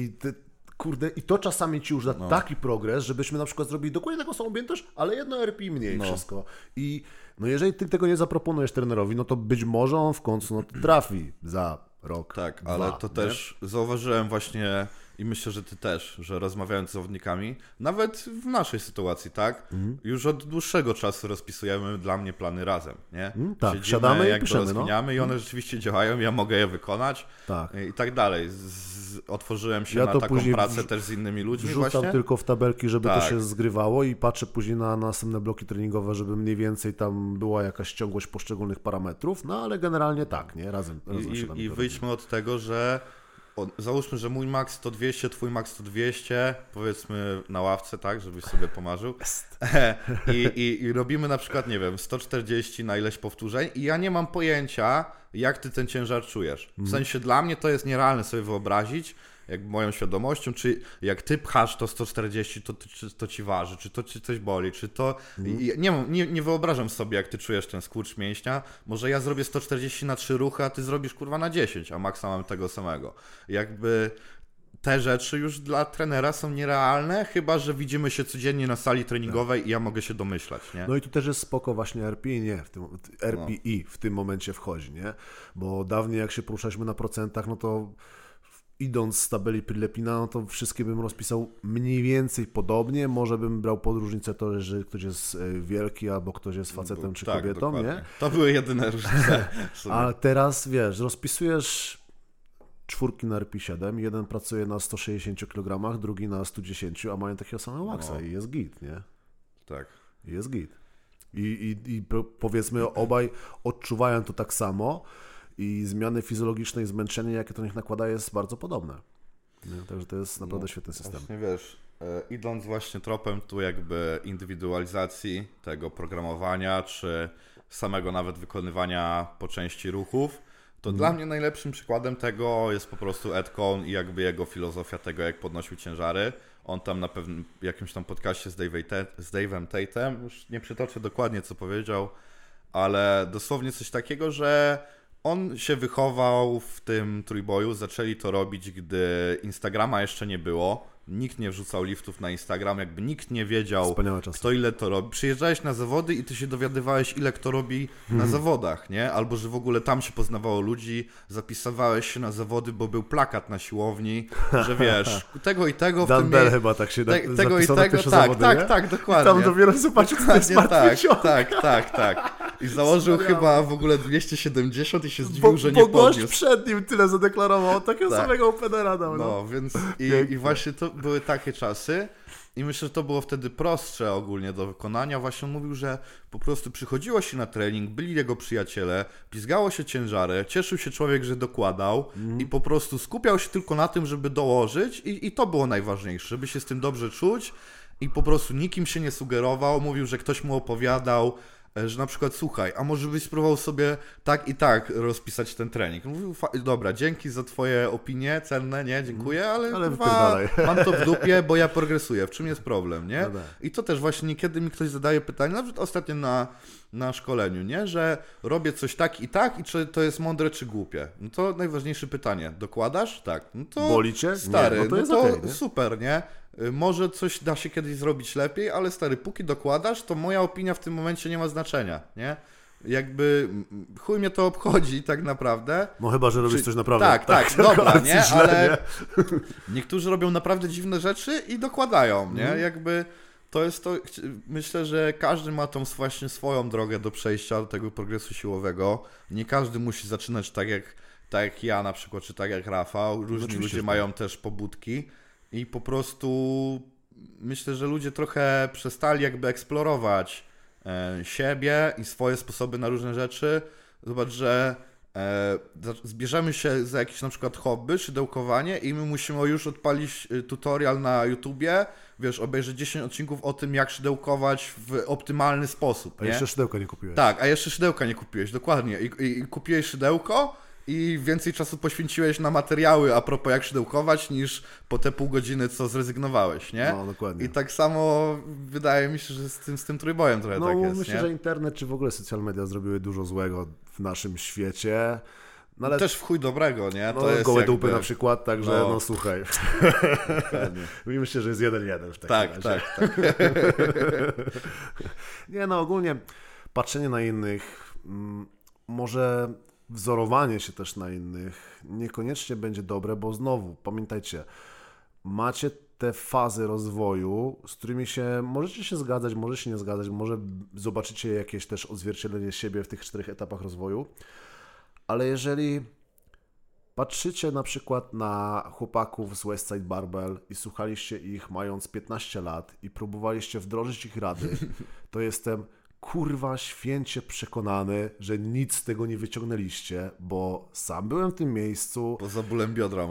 I to czasami ci już da taki progres, żebyśmy na przykład zrobili dokładnie taką samą objętość, ale jedno RPI mniej wszystko. I jeżeli ty tego nie zaproponujesz trenerowi, no to być może on w końcu trafi za rok. Tak, ale to też zauważyłem właśnie i myślę, że ty też, że rozmawiając z zawodnikami, nawet w naszej sytuacji, tak? Już od dłuższego czasu rozpisujemy dla mnie plany razem, nie? Tak, siadamy i piszemy, rozkminiamy i one rzeczywiście działają, ja mogę je wykonać i tak dalej. Otworzyłem się na taką pracę też z innymi ludźmi wrzucam właśnie. tylko w tabelki, żeby to się zgrywało i patrzę później na następne bloki treningowe, żeby mniej więcej tam była jakaś ciągłość poszczególnych parametrów, no ale generalnie tak, nie? Razem I wyjdźmy od tego, że załóżmy, że mój max to 200, twój max to 200, powiedzmy na ławce, tak, żebyś sobie pomarzył. I robimy na przykład, nie wiem, 140 na ileś powtórzeń i ja nie mam pojęcia, jak ty ten ciężar czujesz. W sensie dla mnie to jest nierealne sobie wyobrazić, jakby moją świadomością, czy jak ty pchasz to 140, to ci waży, czy to ci coś boli, czy to... Nie wyobrażam sobie, jak ty czujesz ten skurcz mięśnia. Może ja zrobię 140 na 3 ruchy, a ty zrobisz kurwa na 10, a maksa mamy tego samego. Jakby te rzeczy już dla trenera są nierealne, chyba że widzimy się codziennie na sali treningowej i ja mogę się domyślać, nie? No i tu też jest spoko właśnie RPI, RPI w tym momencie wchodzi, nie? Bo dawniej jak się poruszaliśmy na procentach, no to idąc z tabeli Prilepina, no to wszystkie bym rozpisał mniej więcej podobnie. Może bym brał pod różnicę to, że ktoś jest wielki, albo ktoś jest facetem czy kobietą, dokładnie. Nie? To były jedyne różnice. A teraz, wiesz, rozpisujesz czwórki na RP7, jeden pracuje na 160 kg, drugi na 110, a mają takiego samego maksa i jest git, nie? Tak. Jest git. I powiedzmy obaj odczuwają to tak samo, i zmiany fizjologiczne i zmęczenie, jakie to nich nakłada, jest bardzo podobne. Nie? Także to jest naprawdę świetny system. Właśnie wiesz, idąc właśnie tropem tu jakby indywidualizacji tego programowania, czy samego nawet wykonywania po części ruchów, to dla mnie najlepszym przykładem tego jest po prostu Ed Cohn i jakby jego filozofia tego, jak podnosił ciężary. On tam na pewnym jakimś tam podcaście z Dave'em Tatem, już nie przytoczę dokładnie co powiedział, ale dosłownie coś takiego, że on się wychował w tym trójboju, zaczęli to robić, gdy Instagrama jeszcze nie było. Nikt nie wrzucał liftów na Instagram, jakby nikt nie wiedział, kto ile to robi. Przyjeżdżałeś na zawody i ty się dowiadywałeś, ile kto robi na zawodach, nie? Albo, że w ogóle tam się poznawało ludzi, zapisywałeś się na zawody, bo był plakat na siłowni, że wiesz, tego i tego... Dan Bell chyba tak się tego i tego, tak, dokładnie. Tam dopiero zobaczył, kto jest tak. I założył chyba w ogóle 270 i się zdziwił, że nie podniósł. Bo gość przed nim tyle zadeklarował, takiego samego openera dał. No, więc i właśnie to były takie czasy i myślę, że to było wtedy prostsze ogólnie do wykonania. Właśnie on mówił, że po prostu przychodziło się na trening, byli jego przyjaciele, pizgało się ciężary, cieszył się człowiek, że dokładał i po prostu skupiał się tylko na tym, żeby dołożyć i to było najważniejsze, żeby się z tym dobrze czuć i po prostu nikim się nie sugerował. Mówił, że ktoś mu opowiadał, że na przykład słuchaj, a może byś spróbował sobie tak i tak rozpisać ten trening. Mówił, dobra, dzięki za twoje opinie cenne, nie, dziękuję, ale mam to w dupie, bo ja progresuję, w czym jest problem, nie? No i to też właśnie niekiedy mi ktoś zadaje pytanie, nawet ostatnio na szkoleniu, nie, że robię coś tak i czy to jest mądre czy głupie. No to najważniejsze pytanie, dokładasz? Tak. No to boli cię? Stary, nie, no to, jest okay, super, nie? Może coś da się kiedyś zrobić lepiej, ale stary, póki dokładasz, to moja opinia w tym momencie nie ma znaczenia, nie? Jakby chuj mnie to obchodzi tak naprawdę. No chyba, że robisz coś naprawdę. Tak, dobra, nie? Ale niektórzy robią naprawdę dziwne rzeczy i dokładają, nie? Jakby To jest to, myślę, że każdy ma tą właśnie swoją drogę do przejścia do tego progresu siłowego. Nie każdy musi zaczynać tak jak ja na przykład, czy tak jak Rafał. Różni ludzie mają też pobudki i po prostu myślę, że ludzie trochę przestali jakby eksplorować siebie i swoje sposoby na różne rzeczy. Zobacz, że zbierzemy się za jakieś na przykład hobby, szydełkowanie i my musimy już odpalić tutorial na YouTubie, wiesz, obejrzeć 10 odcinków o tym, jak szydełkować w optymalny sposób. A jeszcze szydełka nie kupiłeś. Tak, a jeszcze szydełka nie kupiłeś, dokładnie. I kupiłeś szydełko i więcej czasu poświęciłeś na materiały a propos jak szydełkować, niż po te pół godziny, co zrezygnowałeś, nie? No, dokładnie. I tak samo wydaje mi się, że z tym trójbojem trochę tak jest, myślę, nie? że internet czy w ogóle social media zrobiły dużo złego w naszym świecie. No, ale też w chuj dobrego, nie? No, To jest gołe jakby... dupy na przykład, także no słuchaj. Myślę, że jest 1-1 w takim razie. Tak. Nie, no ogólnie patrzenie na innych, może wzorowanie się też na innych niekoniecznie będzie dobre, bo znowu, pamiętajcie, macie te fazy rozwoju, z którymi możecie się zgadzać, może się nie zgadzać, może zobaczycie jakieś też odzwierciedlenie siebie w tych 4 etapach rozwoju, ale jeżeli patrzycie na przykład na chłopaków z West Side Barbell i słuchaliście ich mając 15 lat i próbowaliście wdrożyć ich rady, to jestem kurwa święcie przekonany, że nic z tego nie wyciągnęliście, bo sam byłem w tym miejscu. Poza bólem biodra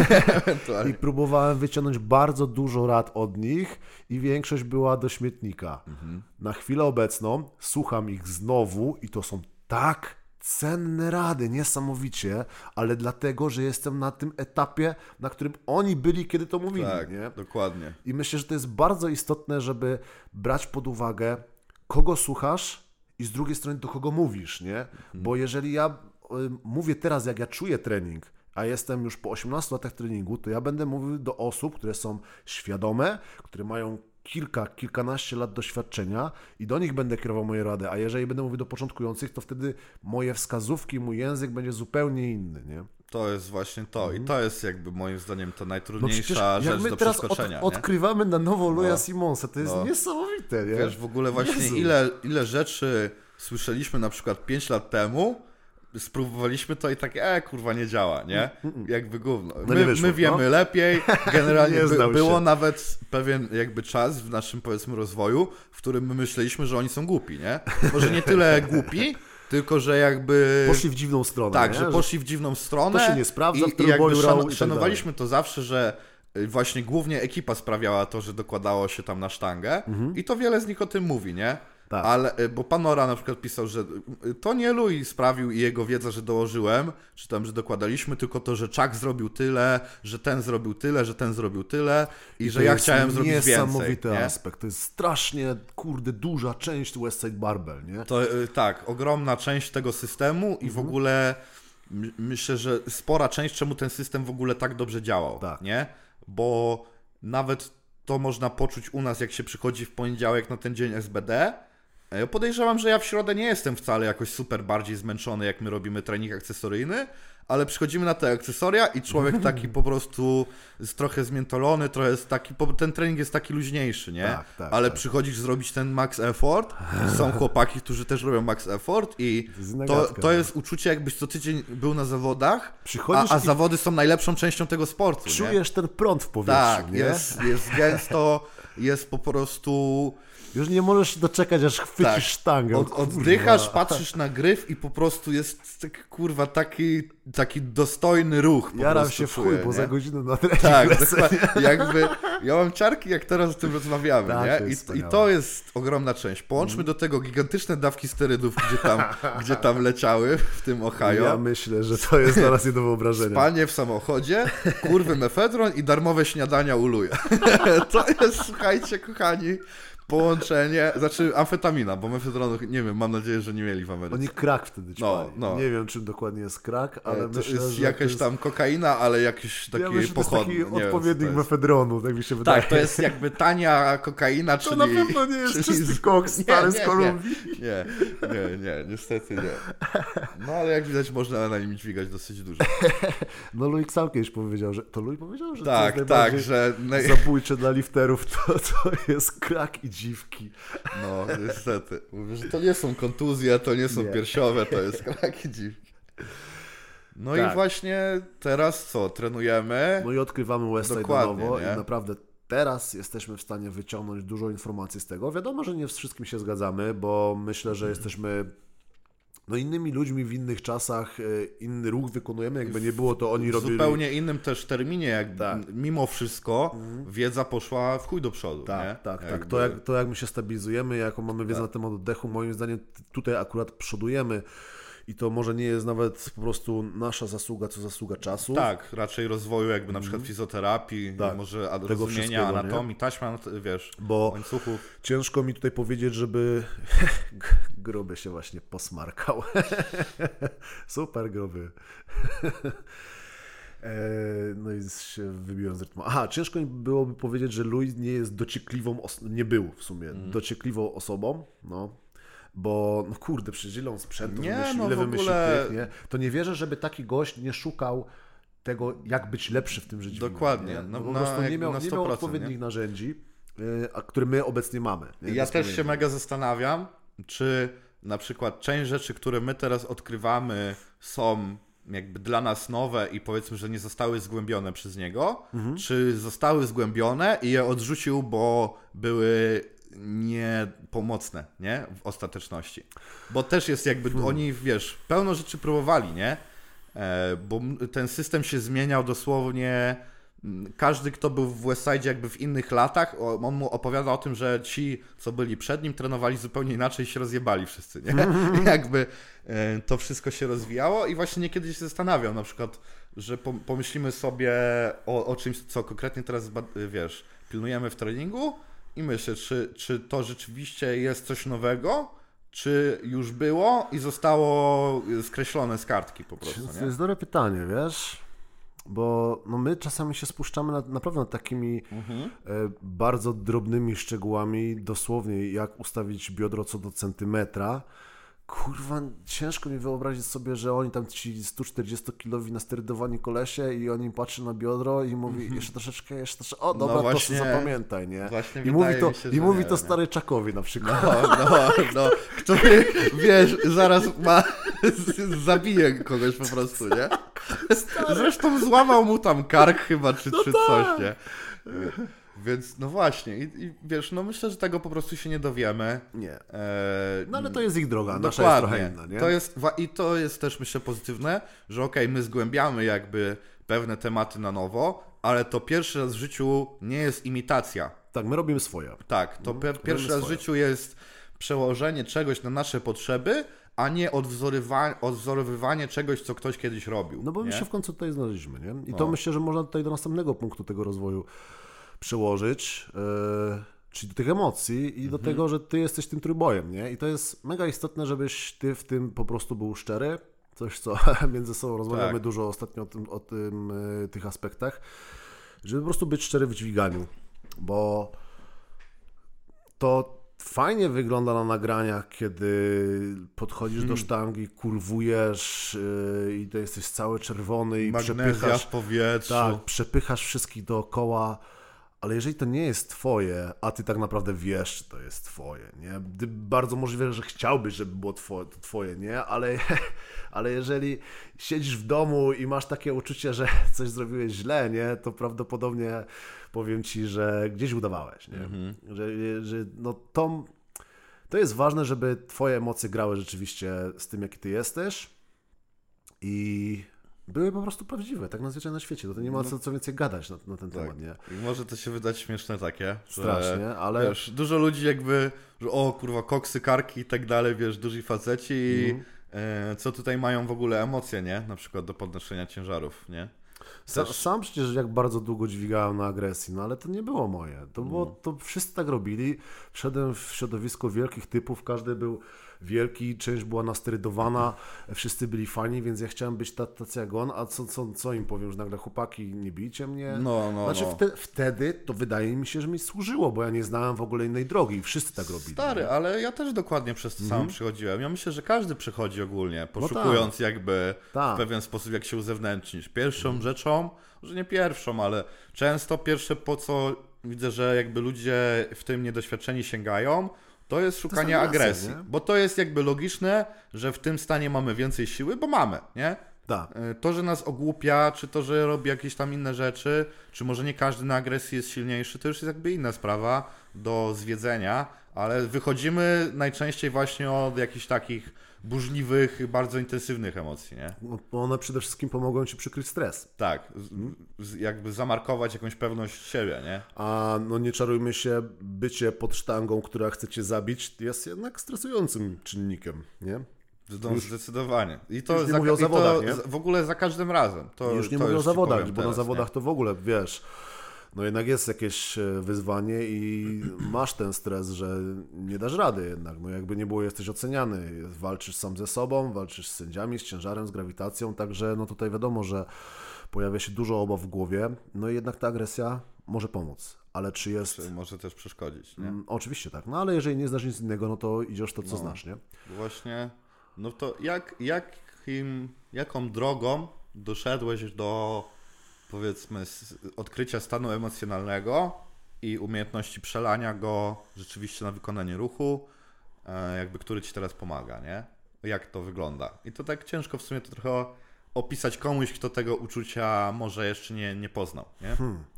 może. I próbowałem wyciągnąć bardzo dużo rad od nich i większość była do śmietnika. Na chwilę obecną słucham ich znowu i to są tak cenne rady, niesamowicie, ale dlatego, że jestem na tym etapie, na którym oni byli, kiedy to mówili. Tak, nie? dokładnie. I myślę, że to jest bardzo istotne, żeby brać pod uwagę, kogo słuchasz i z drugiej strony do kogo mówisz, nie? Bo jeżeli ja mówię teraz, jak ja czuję trening, a jestem już po 18 latach treningu, to ja będę mówił do osób, które są świadome, które mają kilkanaście lat doświadczenia i do nich będę kierował moje rady, a jeżeli będę mówił do początkujących, to wtedy moje wskazówki, mój język będzie zupełnie inny, nie? To jest właśnie to i to jest jakby moim zdaniem to najtrudniejsza rzecz do przeskoczenia. Odkrywamy na nowo Louisa Simonsa, to jest niesamowite, nie? Wiesz, w ogóle właśnie ile rzeczy słyszeliśmy na przykład 5 lat temu, spróbowaliśmy to i tak, kurwa, nie działa, nie? Jakby gówno. My wiemy lepiej, generalnie było nawet pewien jakby czas w naszym, powiedzmy, rozwoju, w którym my myśleliśmy, że oni są głupi, nie? Może nie tyle głupi, tylko że jakby... Poszli w dziwną stronę, tak, nie? Że poszli w dziwną stronę. To się nie sprawdza w trójboju jakby szanowaliśmy to zawsze, że właśnie głównie ekipa sprawiała to, że dokładało się tam na sztangę i to wiele z nich o tym mówi, nie? Tak. Ale, bo Panora na przykład pisał, że to nie Louis sprawił i jego wiedza, że dołożyłem, czy tam, że dokładaliśmy, tylko to, że Chuck zrobił tyle, że ten zrobił tyle, że ten zrobił tyle i że ja chciałem zrobić więcej. To jest niesamowity aspekt, to jest strasznie, duża część West Side Barbell, nie? To tak, ogromna część tego systemu i w ogóle myślę, że spora część, czemu ten system w ogóle tak dobrze działał, nie? Bo nawet to można poczuć u nas, jak się przychodzi w poniedziałek na ten dzień SBD. Ja podejrzewam, że ja w środę nie jestem wcale jakoś super bardziej zmęczony, jak my robimy trening akcesoryjny, ale przychodzimy na te akcesoria i człowiek taki po prostu jest trochę zmiętolony, trochę jest taki, ten trening jest taki luźniejszy, nie? Ale przychodzisz zrobić ten max effort, są chłopaki, którzy też robią max effort i to jest uczucie, jakbyś co tydzień był na zawodach, a zawody są najlepszą częścią tego sportu. Czujesz ten prąd w powietrzu, tak, nie? Jest gęsto, jest po prostu... Już nie możesz się doczekać, aż chwycisz sztangę. Oddychasz, patrzysz na gryf i po prostu jest kurwa taki dostojny ruch. Jaram się w chuj, bo za godzinę na trening jakby ja mam ciarki, jak teraz o tym rozmawiamy, nie? I to jest ogromna część. Połączmy do tego gigantyczne dawki sterydów, gdzie tam leciały w tym Ohio. Ja myślę, że to jest dla nas nie do wyobrażenia. Spanie w samochodzie, kurwy mefedron i darmowe śniadania u Louisa. To jest, słuchajcie, kochani, połączenie, znaczy amfetamina, bo mefedronu, nie wiem, mam nadzieję, że nie mieli w Ameryce. Oni crack wtedy ćpali. No. Nie wiem, czym dokładnie jest crack, ale to myślę, jest że jakaś tam kokaina, ale jakiś taki pochodny. To jest taki odpowiednik mefedronu, tak mi się wydaje. Tak, to jest jakby tania kokaina, czyli... To na pewno nie jest czysty koks stary z Kolumbii. Nie, niestety nie. No ale jak widać, można na nim dźwigać dosyć dużo. No Louis sam kiedyś powiedział, że... To Louis powiedział, że tak, to jest tak, że... zabójcze dla lifterów to jest krak i dziwki. No, niestety. Mówię, że to nie są kontuzje, to nie są piersiowe, to jest krak i dziwki. No tak. I właśnie teraz co? Trenujemy. No i odkrywamy Westside na nowo i naprawdę teraz jesteśmy w stanie wyciągnąć dużo informacji z tego. Wiadomo, że nie z wszystkim się zgadzamy, bo myślę, że jesteśmy innymi ludźmi w innych czasach, inny ruch wykonujemy, jakby nie było, to oni robili... W zupełnie innym też terminie, jakby mimo wszystko wiedza poszła w chuj do przodu. Tak. To jak my się stabilizujemy, jaką mamy wiedzę na temat oddechu, moim zdaniem tutaj akurat przodujemy. I to może nie jest nawet po prostu nasza zasługa, co zasługa czasu. Tak, raczej rozwoju jakby na przykład fizjoterapii, może rozumienia anatomii, taśma, wiesz, bo łańcuchów. Ciężko mi tutaj powiedzieć, żeby gruby się właśnie posmarkał. Super gruby. No i się wybiłem z rytmu. Ciężko mi byłoby powiedzieć, że Louis nie jest dociekliwą, nie był w sumie dociekliwą osobą, bo no kurde, przecież ile on sprzętu wymyślił tych, nie? To nie wierzę, żeby taki gość nie szukał tego, jak być lepszy w tym życiu. Dokładnie. No, po prostu nie miał odpowiednich narzędzi, które my obecnie mamy. Nie? Ja też się mega zastanawiam, czy na przykład część rzeczy, które my teraz odkrywamy, są jakby dla nas nowe i powiedzmy, że nie zostały zgłębione przez niego, czy zostały zgłębione i je odrzucił, bo były niepomocne, nie? W ostateczności. Bo też jest jakby, oni, wiesz, pełno rzeczy próbowali, nie? Bo ten system się zmieniał dosłownie. Każdy, kto był w Westside jakby w innych latach, on mu opowiada o tym, że ci, co byli przed nim, trenowali zupełnie inaczej i się rozjebali wszyscy, nie? Jakby to wszystko się rozwijało i właśnie niekiedy się zastanawiam, na przykład, że pomyślimy sobie o czymś, co konkretnie teraz, wiesz, pilnujemy w treningu i myślę, czy to rzeczywiście jest coś nowego, czy już było i zostało skreślone z kartki po prostu, nie? To jest dobre pytanie, wiesz? Bo my czasami się spuszczamy naprawdę nad takimi bardzo drobnymi szczegółami, dosłownie jak ustawić biodro co do centymetra. Kurwa, ciężko mi wyobrazić sobie, że oni tam ci 140-kilowi nasterydowani kolesie i oni patrzą na biodro i mówi jeszcze troszeczkę, o dobra, no właśnie, to zapamiętaj, nie? I mówi to stary Czakowi na przykład. No, który, wiesz, zaraz zabije kogoś po prostu, nie? Zresztą złamał mu tam kark chyba, czy coś, nie? Więc no właśnie, i wiesz, no myślę, że tego po prostu się nie dowiemy. Nie. No ale to jest ich droga, nasza jest trochę inna, nie? To jest też, myślę, pozytywne, że my zgłębiamy jakby pewne tematy na nowo, ale to pierwszy raz w życiu nie jest imitacja. Tak, my robimy swoje. Tak, to pierwszy raz w życiu jest przełożenie czegoś na nasze potrzeby, a nie odwzorowywanie czegoś, co ktoś kiedyś robił. No bo my się w końcu tutaj znaleźliśmy, nie? I to myślę, że można tutaj do następnego punktu tego rozwoju przełożyć, czyli do tych emocji i do tego, że ty jesteś tym trójbojem, nie? I to jest mega istotne, żebyś ty w tym po prostu był szczery, coś co między sobą rozmawiamy dużo ostatnio o tych aspektach, żeby po prostu być szczery w dźwiganiu, bo to fajnie wygląda na nagraniach, kiedy podchodzisz do sztangi, kurwujesz i to jesteś cały czerwony i przepychasz w powietrzu. Tak, przepychasz wszystkich dookoła. Ale jeżeli to nie jest twoje, a ty tak naprawdę wiesz, czy to jest twoje, nie? Bardzo możliwe, że chciałbyś, żeby było twoje, nie? Ale jeżeli siedzisz w domu i masz takie uczucie, że coś zrobiłeś źle, nie? To prawdopodobnie powiem ci, że gdzieś udawałeś, nie? Że no to jest ważne, żeby twoje emocje grały rzeczywiście z tym, jaki ty jesteś i były po prostu prawdziwe, tak nadzwyczaj na świecie. To nie ma co więcej gadać na ten temat, nie? I może to się wydać śmieszne takie. Strasznie, ale... Wiesz, dużo ludzi jakby, że o kurwa, koksy, karki i tak dalej, wiesz, duzi faceci i co tutaj mają w ogóle emocje, nie? Na przykład do podnoszenia ciężarów, nie? Sam przecież jak bardzo długo dźwigałem na agresji, no ale to nie było moje. To wszyscy tak robili. Wszedłem w środowisko wielkich typów, każdy był wielki, część była nasterydowana, wszyscy byli fani, więc ja chciałem być tacy jak on, a co im powiem, że nagle chłopaki, nie bijcie mnie. Znaczy wtedy to wydaje mi się, że mi służyło, bo ja nie znałem w ogóle innej drogi i wszyscy tak robili. Stary, nie? ale ja też dokładnie przez to samo przychodziłem. Ja myślę, że każdy przychodzi ogólnie, poszukując jakby w pewien sposób, jak się uzewnętrznić. Pierwszą rzeczą, że nie pierwszą, ale często pierwsze, po co widzę, że jakby ludzie w tym niedoświadczeni sięgają, to jest szukanie agresji, bo to jest jakby logiczne, że w tym stanie mamy więcej siły, bo mamy, nie? Tak. To, że nas ogłupia, czy to, że robi jakieś tam inne rzeczy, czy może nie każdy na agresji jest silniejszy, to już jest jakby inna sprawa do zwiedzenia, ale wychodzimy najczęściej właśnie od jakichś takich burzliwych, bardzo intensywnych emocji, nie? No, one przede wszystkim pomogą ci przykryć stres. Tak, jakby zamarkować jakąś pewność siebie, nie? A no nie czarujmy się, bycie pod sztangą, która chce cię zabić, jest jednak stresującym czynnikiem, nie? Zdecydowanie. I to, nie mówię o zawodach, nie? W ogóle za każdym razem. Już nie mówię o zawodach, bo na zawodach to w ogóle, wiesz, no jednak jest jakieś wyzwanie i masz ten stres, że nie dasz rady jednak. No jakby nie było, jesteś oceniany. Walczysz sam ze sobą, walczysz z sędziami, z ciężarem, z grawitacją, także no tutaj wiadomo, że pojawia się dużo obaw w głowie, no i jednak ta agresja może pomóc. Ale czy jest... Może też przeszkodzić, nie? Oczywiście tak, no ale jeżeli nie znasz nic innego, no to idziesz to, co znasz, nie? Właśnie, no to jaką drogą doszedłeś do, powiedzmy, odkrycia stanu emocjonalnego i umiejętności przelania go rzeczywiście na wykonanie ruchu, jakby który ci teraz pomaga, nie? Jak to wygląda? I to tak ciężko w sumie to trochę opisać komuś, kto tego uczucia może jeszcze nie poznał, nie?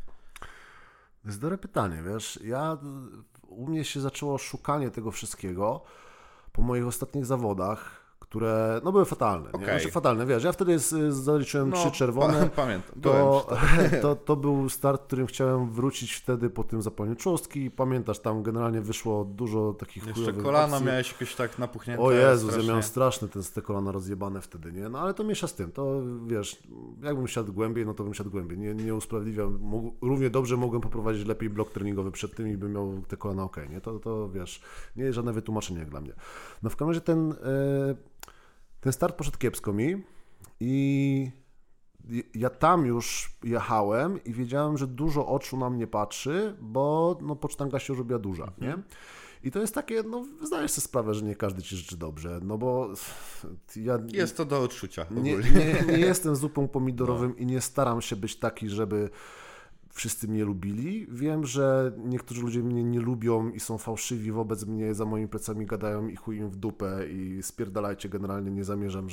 To jest dobre pytanie, wiesz, u mnie się zaczęło szukanie tego wszystkiego po moich ostatnich zawodach, które no były fatalne. Okay. Znaczy fatalne, wiesz, ja wtedy zaliczyłem 3 czerwone. Pamiętam. To był start, którym chciałem wrócić wtedy po tym zapaleniu trzustki. Pamiętasz, tam generalnie wyszło dużo takich jeszcze chujowych kolana opcji. miałeś jakieś tak napuchnięte. O Jezus, ja miałem straszne te kolana rozjebane wtedy, nie? No ale to mniejsza z tym, to wiesz, jakbym siadł głębiej, no to bym siadł głębiej. Nie usprawiedliwiam, równie dobrze mogłem poprowadzić lepiej blok treningowy przed tym i bym miał te kolana okej, nie? To wiesz, nie jest żadne wytłumaczenie jak dla mnie. No w każdym razie ten start poszedł kiepsko mi i ja tam już jechałem i wiedziałem, że dużo oczu na mnie patrzy, bo no, pocztanga się już robiła duża, nie? I to jest takie, no zdajesz sobie sprawę, że nie każdy ci życzy dobrze, no bo ja... Jest to do odczucia ogólnie. Nie jestem zupą pomidorowym i nie staram się być taki, żeby wszyscy mnie lubili. Wiem, że niektórzy ludzie mnie nie lubią i są fałszywi wobec mnie, za moimi plecami gadają i chuj im w dupę i spierdalajcie, generalnie nie zamierzam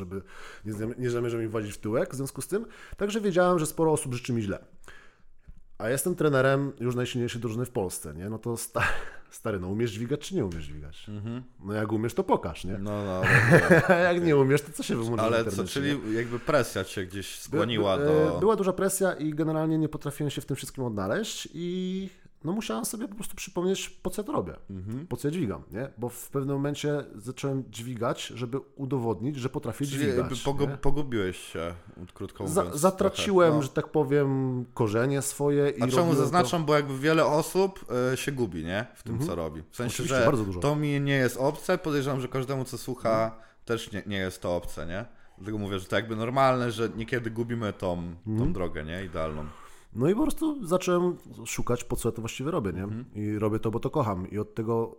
im włazić w tyłek w związku z tym. Także wiedziałem, że sporo osób życzy mi źle. A jestem trenerem już najsilniejszej drużyny w Polsce, nie? No to stary, no umiesz dźwigać czy nie umiesz dźwigać? No jak umiesz, to pokaż, nie? No. Jak nie umiesz, to co się wymurzy? Ale co, czyli jakby presja cię gdzieś skłoniła do... Była duża presja i generalnie nie potrafiłem się w tym wszystkim odnaleźć i no musiałem sobie po prostu przypomnieć, po co ja to robię, po co ja dźwigam, nie? Bo w pewnym momencie zacząłem dźwigać, żeby udowodnić, że potrafię dźwigać. Pogubiłeś się, krótko mówiąc. Zatraciłem, trochę, że tak powiem, korzenie swoje. A czemu zaznaczam, bo jakby wiele osób się gubi, nie? W tym, co robi. W sensie, oczywiście, że bardzo dużo. To mi nie jest obce, podejrzewam, że każdemu, co słucha, też nie jest to obce, nie? Dlatego mówię, że to jakby normalne, że niekiedy gubimy tą drogę, nie? Idealną. No i po prostu zacząłem szukać, po co ja to właściwie robię, nie? I robię to, bo to kocham. I od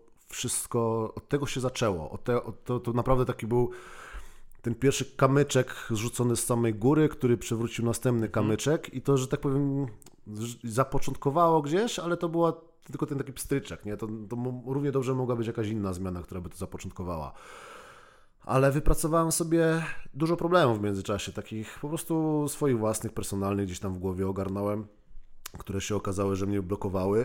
tego się zaczęło. To naprawdę taki był ten pierwszy kamyczek zrzucony z samej góry, który przewrócił następny kamyczek i to, że tak powiem, zapoczątkowało gdzieś, ale to była tylko ten taki pstryczek, nie? To równie dobrze mogła być jakaś inna zmiana, która by to zapoczątkowała. Ale wypracowałem sobie dużo problemów w międzyczasie, takich po prostu swoich własnych, personalnych, gdzieś tam w głowie ogarnąłem, które się okazały, że mnie blokowały.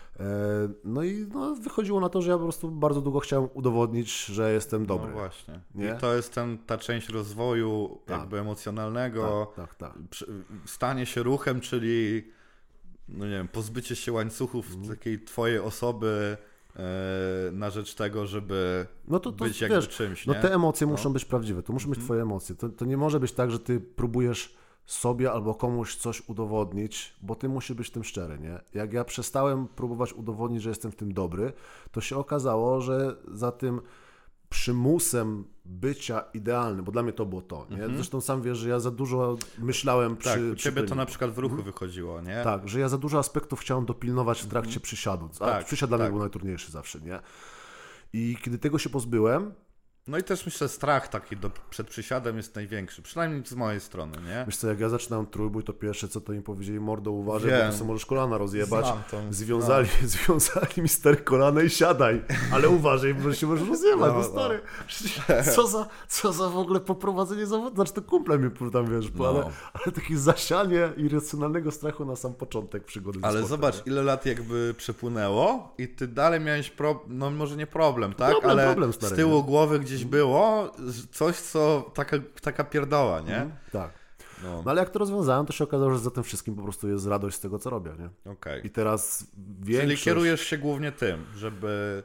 No i wychodziło na to, że ja po prostu bardzo długo chciałem udowodnić, że jestem dobry. No właśnie. Nie? I to jest ta część rozwoju jakby emocjonalnego. Tak. Stanie się ruchem, czyli no nie wiem, pozbycie się łańcuchów takiej twojej osoby na rzecz tego, żeby być jakby czymś, nie? No te emocje muszą być prawdziwe, to muszą być twoje emocje. To nie może być tak, że ty próbujesz sobie albo komuś coś udowodnić, bo ty musisz być w tym szczery, nie? Jak ja przestałem próbować udowodnić, że jestem w tym dobry, to się okazało, że za tym przymusem bycia idealnym, bo dla mnie to było to, nie? Zresztą sam wiesz, że ja za dużo myślałem przy... Tak, u przy ciebie to treningu. na przykład w ruchu wychodziło, nie? Tak, że ja za dużo aspektów chciałem dopilnować w trakcie przysiadu, a Tak, przysiad dla mnie tak. był najtrudniejszy zawsze, nie? I kiedy tego się pozbyłem, No i też myślę, strach taki przed przysiadem jest największy, przynajmniej z mojej strony, nie? wiesz co, jak ja zaczynałem trójbój, to pierwsze co to mi powiedzieli, mordo uważaj, Wiem. bo ty sobie możesz kolana rozjebać. Znam to. Związali mi stary kolana i siadaj, ale uważaj, bo się możesz rozjebać, no stary. Przecież co za w ogóle poprowadzenie zawodu, znaczy to kumple mi tam, wiesz, ale takie zasianie irracjonalnego strachu na sam początek przygody. Ale sportem, zobacz, nie? ile lat jakby przepłynęło i ty dalej miałeś no może nie problem, tak? Ale problem, stary, z tyłu nie? głowy gdzieś było coś, co taka pierdoła, nie? Tak. No, No ale jak to rozwiązałem, to się okazało, że za tym wszystkim po prostu jest radość z tego, co robię, nie? okej. I teraz Czyli większość... kierujesz się głównie tym, żeby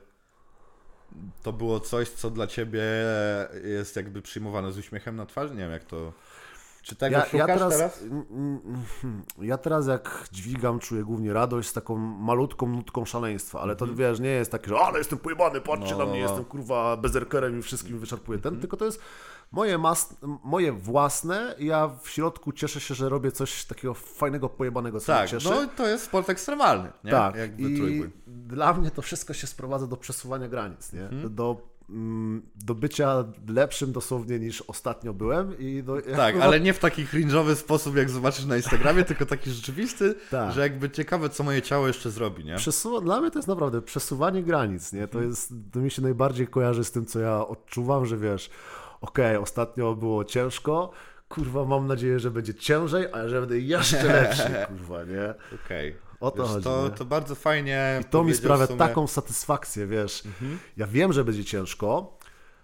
to było coś, co dla ciebie jest jakby przyjmowane z uśmiechem na twarzy? Nie wiem, jak to... Czy tego szukasz teraz? Ja teraz jak dźwigam, czuję głównie radość z taką malutką nutką szaleństwa, ale to wiesz, nie jest takie, że ale jestem pojebany, patrzcie na mnie, jestem kurwa bezerkerem i wszystkim wyczerpuję tylko to jest moje własne i ja w środku cieszę się, że robię coś takiego fajnego, pojebanego, co mnie Tak, cieszy. no to jest sport ekstremalny, nie? Tak, Jakby i trójbój. dla mnie to wszystko się sprowadza do przesuwania granic, nie? Do bycia lepszym dosłownie niż ostatnio byłem. Tak, ale nie w taki cringe'owy sposób, jak zobaczysz na Instagramie, tylko taki rzeczywisty, Tak. że jakby ciekawe, co moje ciało jeszcze zrobi, nie? Dla mnie to jest naprawdę przesuwanie granic, nie? To mi się najbardziej kojarzy z tym, co ja odczuwam, że wiesz, okej, ostatnio było ciężko, kurwa, mam nadzieję, że będzie ciężej, a że będę jeszcze lepszy, kurwa, nie? Okej. O to chodzi, nie? To bardzo fajnie. I to mi powiedział sprawia w sumie. taką satysfakcję, wiesz. Ja wiem, że będzie ciężko.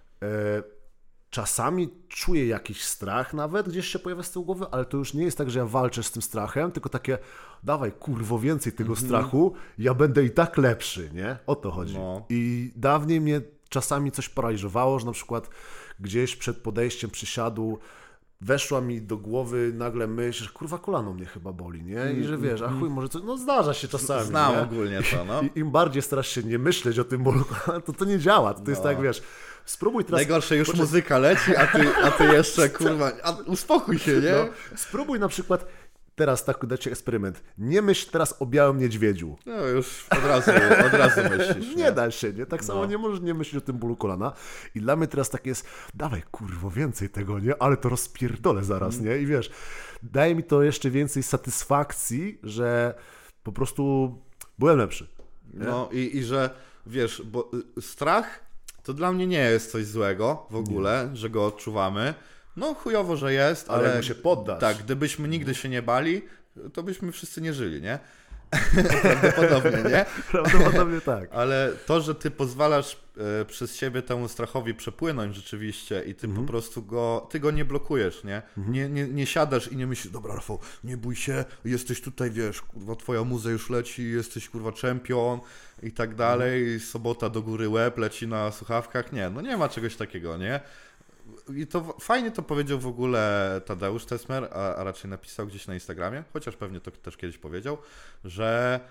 Czasami czuję jakiś strach nawet, gdzieś się pojawia z tyłu głowy, ale to już nie jest tak, że ja walczę z tym strachem, tylko takie, dawaj, kurwo, więcej tego strachu, ja będę i tak lepszy, nie? O to chodzi. No. I dawniej mnie czasami coś paraliżowało, że na przykład gdzieś przed podejściem przysiadu weszła mi do głowy nagle myśl, że kurwa kolano mnie chyba boli, nie? I że wiesz, a chuj, może coś, no zdarza się czasami, Znam nie? ogólnie to, no. I im bardziej starasz się nie myśleć o tym bólu, to nie działa. To jest tak, wiesz, spróbuj teraz... Najgorsze, już muzyka leci, a ty jeszcze, kurwa, uspokój się, nie? No, spróbuj na przykład, teraz tak dać ci eksperyment, nie myśl teraz o białym niedźwiedziu. No już od razu myślisz. Nie da się, nie? Tak samo nie możesz nie myśleć o tym bólu kolana. I dla mnie teraz tak jest, dawaj kurwo, więcej tego, nie? Ale to rozpierdolę zaraz, nie? I wiesz, daje mi to jeszcze więcej satysfakcji, że po prostu byłem lepszy. Nie? No i że, wiesz, bo strach to dla mnie nie jest coś złego w ogóle, że go odczuwamy. No chujowo, że jest, Ale ale mu się poddasz. Tak, gdybyśmy nigdy się nie bali, to byśmy wszyscy nie żyli, nie? Prawdopodobnie, nie? Prawdopodobnie tak. Ale to, że ty pozwalasz przez siebie temu strachowi przepłynąć rzeczywiście i ty po prostu ty go nie blokujesz, nie? Nie siadasz i nie myślisz, dobra Rafał, nie bój się, jesteś tutaj, wiesz, kurwa, twoja muza już leci, jesteś kurwa czempion i tak dalej, sobota do góry łeb leci na słuchawkach, nie, no nie ma czegoś takiego, nie? I to fajnie to powiedział w ogóle Tadeusz Tesmer, a raczej napisał gdzieś na Instagramie, chociaż pewnie to też kiedyś powiedział, że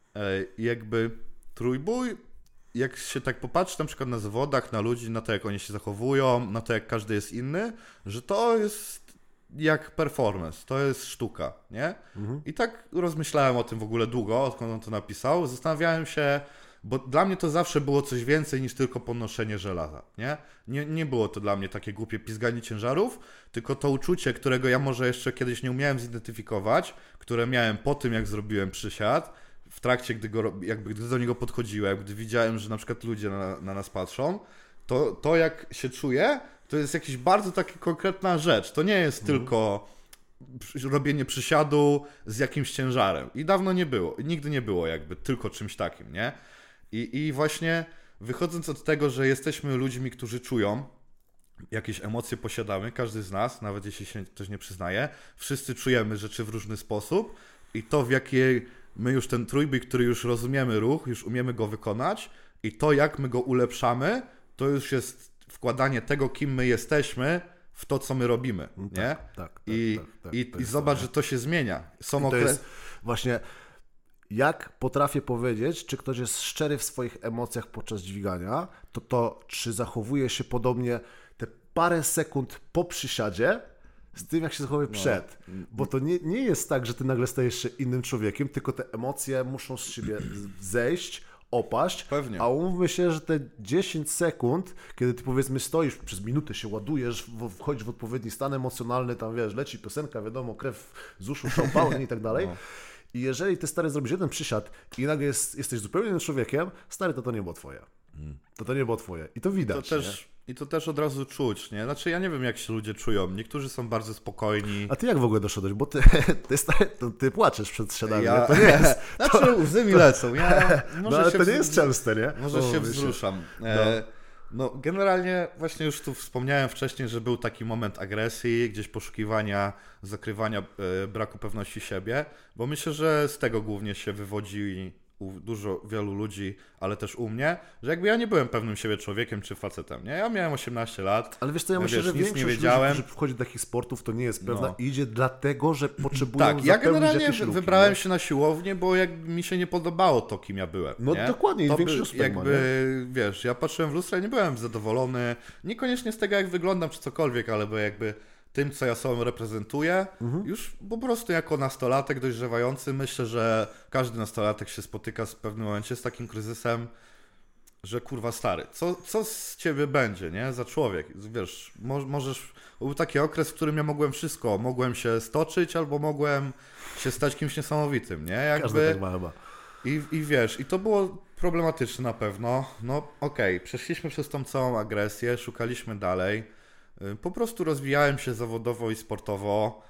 jakby trójbój, jak się tak popatrzy na przykład na zawodach, na ludzi, na to jak oni się zachowują, na to jak każdy jest inny, że to jest jak performance, to jest sztuka, nie? I tak rozmyślałem o tym w ogóle długo, odkąd on to napisał, zastanawiałem się, bo dla mnie to zawsze było coś więcej niż tylko podnoszenie żelaza, nie? Nie było to dla mnie takie głupie pizganie ciężarów, tylko to uczucie, którego ja może jeszcze kiedyś nie umiałem zidentyfikować, które miałem po tym, jak zrobiłem przysiad, w trakcie, gdy do niego podchodziłem, gdy widziałem, że na przykład ludzie na nas patrzą, to jak się czuję, to jest jakaś bardzo taka konkretna rzecz. To nie jest tylko robienie przysiadu z jakimś ciężarem. I dawno nie było. Nigdy nie było jakby tylko czymś takim, nie? I właśnie wychodząc od tego, że jesteśmy ludźmi, którzy czują, jakieś emocje posiadamy, każdy z nas, nawet jeśli się ktoś nie przyznaje, wszyscy czujemy rzeczy w różny sposób i to w jakiej my już ten trójbój, który już rozumiemy ruch, już umiemy go wykonać i to jak my go ulepszamy, to już jest wkładanie tego, kim my jesteśmy w to, co my robimy, nie? Tak, I zobacz, że to się zmienia. To jest właśnie, jak potrafię powiedzieć, czy ktoś jest szczery w swoich emocjach podczas dźwigania, to czy zachowuje się podobnie te parę sekund po przysiadzie, z tym, jak się zachowuje przed. Bo to nie jest tak, że ty nagle stajesz się innym człowiekiem, tylko te emocje muszą z siebie zejść, opaść. Pewnie. A umówmy się, że te 10 sekund, kiedy ty powiedzmy stoisz, przez minutę się ładujesz, wchodzisz w odpowiedni stan emocjonalny, tam wiesz, leci piosenka, wiadomo, krew z uszu, szałpałnie i tak dalej. I jeżeli ty, stary, zrobisz jeden przysiad i nagle jesteś zupełnie innym człowiekiem, stary, to nie było twoje. To nie było twoje. I to widać. I to też od razu czuć, nie? Znaczy ja nie wiem, jak się ludzie czują. Niektórzy są bardzo spokojni. A ty jak w ogóle doszedłeś? Bo ty płaczesz przed siadaniem. Ja... To nie jest... Znaczy łzy mi lecą. Ale to nie jest częste, nie? Może się wzruszam. No, generalnie właśnie już tu wspomniałem wcześniej, że był taki moment agresji, gdzieś poszukiwania, zakrywania braku pewności siebie, bo myślę, że z tego głównie się wywodzi u wielu ludzi, ale też u mnie, że jakby ja nie byłem pewnym siebie człowiekiem czy facetem, nie? Ja miałem 18 lat. Ale wiesz co, ja myślę, że większość ludzi, którzy wchodzi do takich sportów, to nie jest pewna i idzie dlatego, że potrzebują tak, ja generalnie wybrałem się na siłownię, bo jak mi się nie podobało to, kim ja byłem. No nie? Dokładnie, to większość jakby, wiesz, ja patrzyłem w lustro i nie byłem zadowolony, niekoniecznie z tego, jak wyglądam czy cokolwiek, ale bo jakby tym, co ja sobą reprezentuję, już po prostu jako nastolatek dojrzewający, myślę, że każdy nastolatek się spotyka w pewnym momencie z takim kryzysem, że kurwa stary, co z ciebie będzie, nie? Za człowiek, wiesz, możesz, był taki okres, w którym ja mogłem wszystko, mogłem się stoczyć albo mogłem się stać kimś niesamowitym, nie? Jakby... Każdy tak ma chyba. I wiesz, i to było problematyczne na pewno, no okej, przeszliśmy przez tą całą agresję, szukaliśmy dalej. Po prostu rozwijałem się zawodowo i sportowo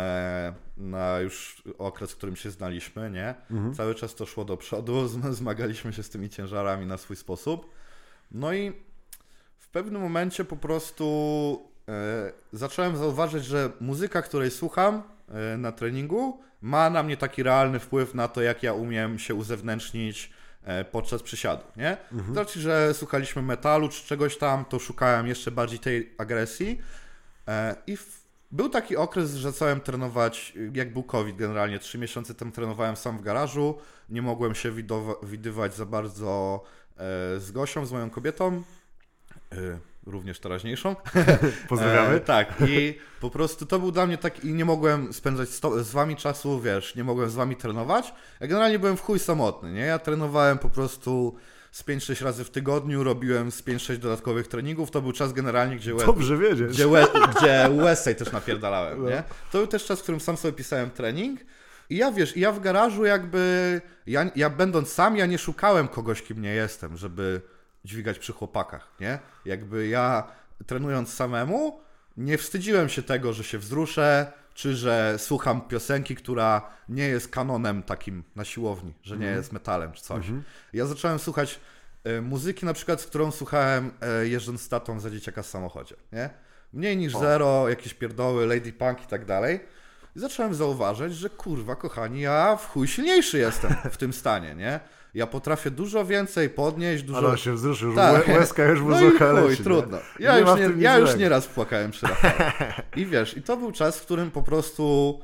na już okres, w którym się znaliśmy, nie? Cały czas to szło do przodu, zmagaliśmy się z tymi ciężarami na swój sposób. No i w pewnym momencie po prostu zacząłem zauważyć, że muzyka, której słucham na treningu, ma na mnie taki realny wpływ na to, jak ja umiem się uzewnętrznić podczas przysiadu, nie? Znaczy, że słuchaliśmy metalu czy czegoś tam, to szukałem jeszcze bardziej tej agresji i był taki okres, że zacząłem trenować, jak był COVID generalnie, 3 miesiące tam trenowałem sam w garażu, nie mogłem się widywać za bardzo z Gosią, z moją kobietą, również teraźniejszą. Pozdrawiamy. Tak, i po prostu to był dla mnie tak, i nie mogłem spędzać z wami czasu, wiesz, nie mogłem z wami trenować. Ja generalnie byłem w chuj samotny, nie? Ja trenowałem po prostu z 5-6 razy w tygodniu, robiłem z 5-6 dodatkowych treningów. To był czas generalnie, gdzie dobrze wiedzieć. Gdzie USA też napierdalałem, nie? To był też czas, w którym sam sobie pisałem trening. I ja, wiesz, ja w garażu jakby, ja będąc sam, ja nie szukałem kogoś, kim nie jestem, żeby dźwigać przy chłopakach, nie? Jakby ja trenując samemu, nie wstydziłem się tego, że się wzruszę, czy że słucham piosenki, która nie jest kanonem takim na siłowni, że nie jest metalem czy coś. Ja zacząłem słuchać muzyki na przykład, z którą słuchałem jeżdżąc z tatą za dzieciaka w samochodzie, nie? Mniej niż Zero, jakieś pierdoły, Lady Punk i tak dalej. I zacząłem zauważyć, że kurwa kochani, ja w chuj silniejszy jestem w tym stanie, nie? Ja potrafię dużo więcej podnieść, dużo... Ale się wzruszył, już tak. Łezka już no i chuj, trudno. Ja już nieraz płakałem przy Rafale. I wiesz, i to był czas, w którym po prostu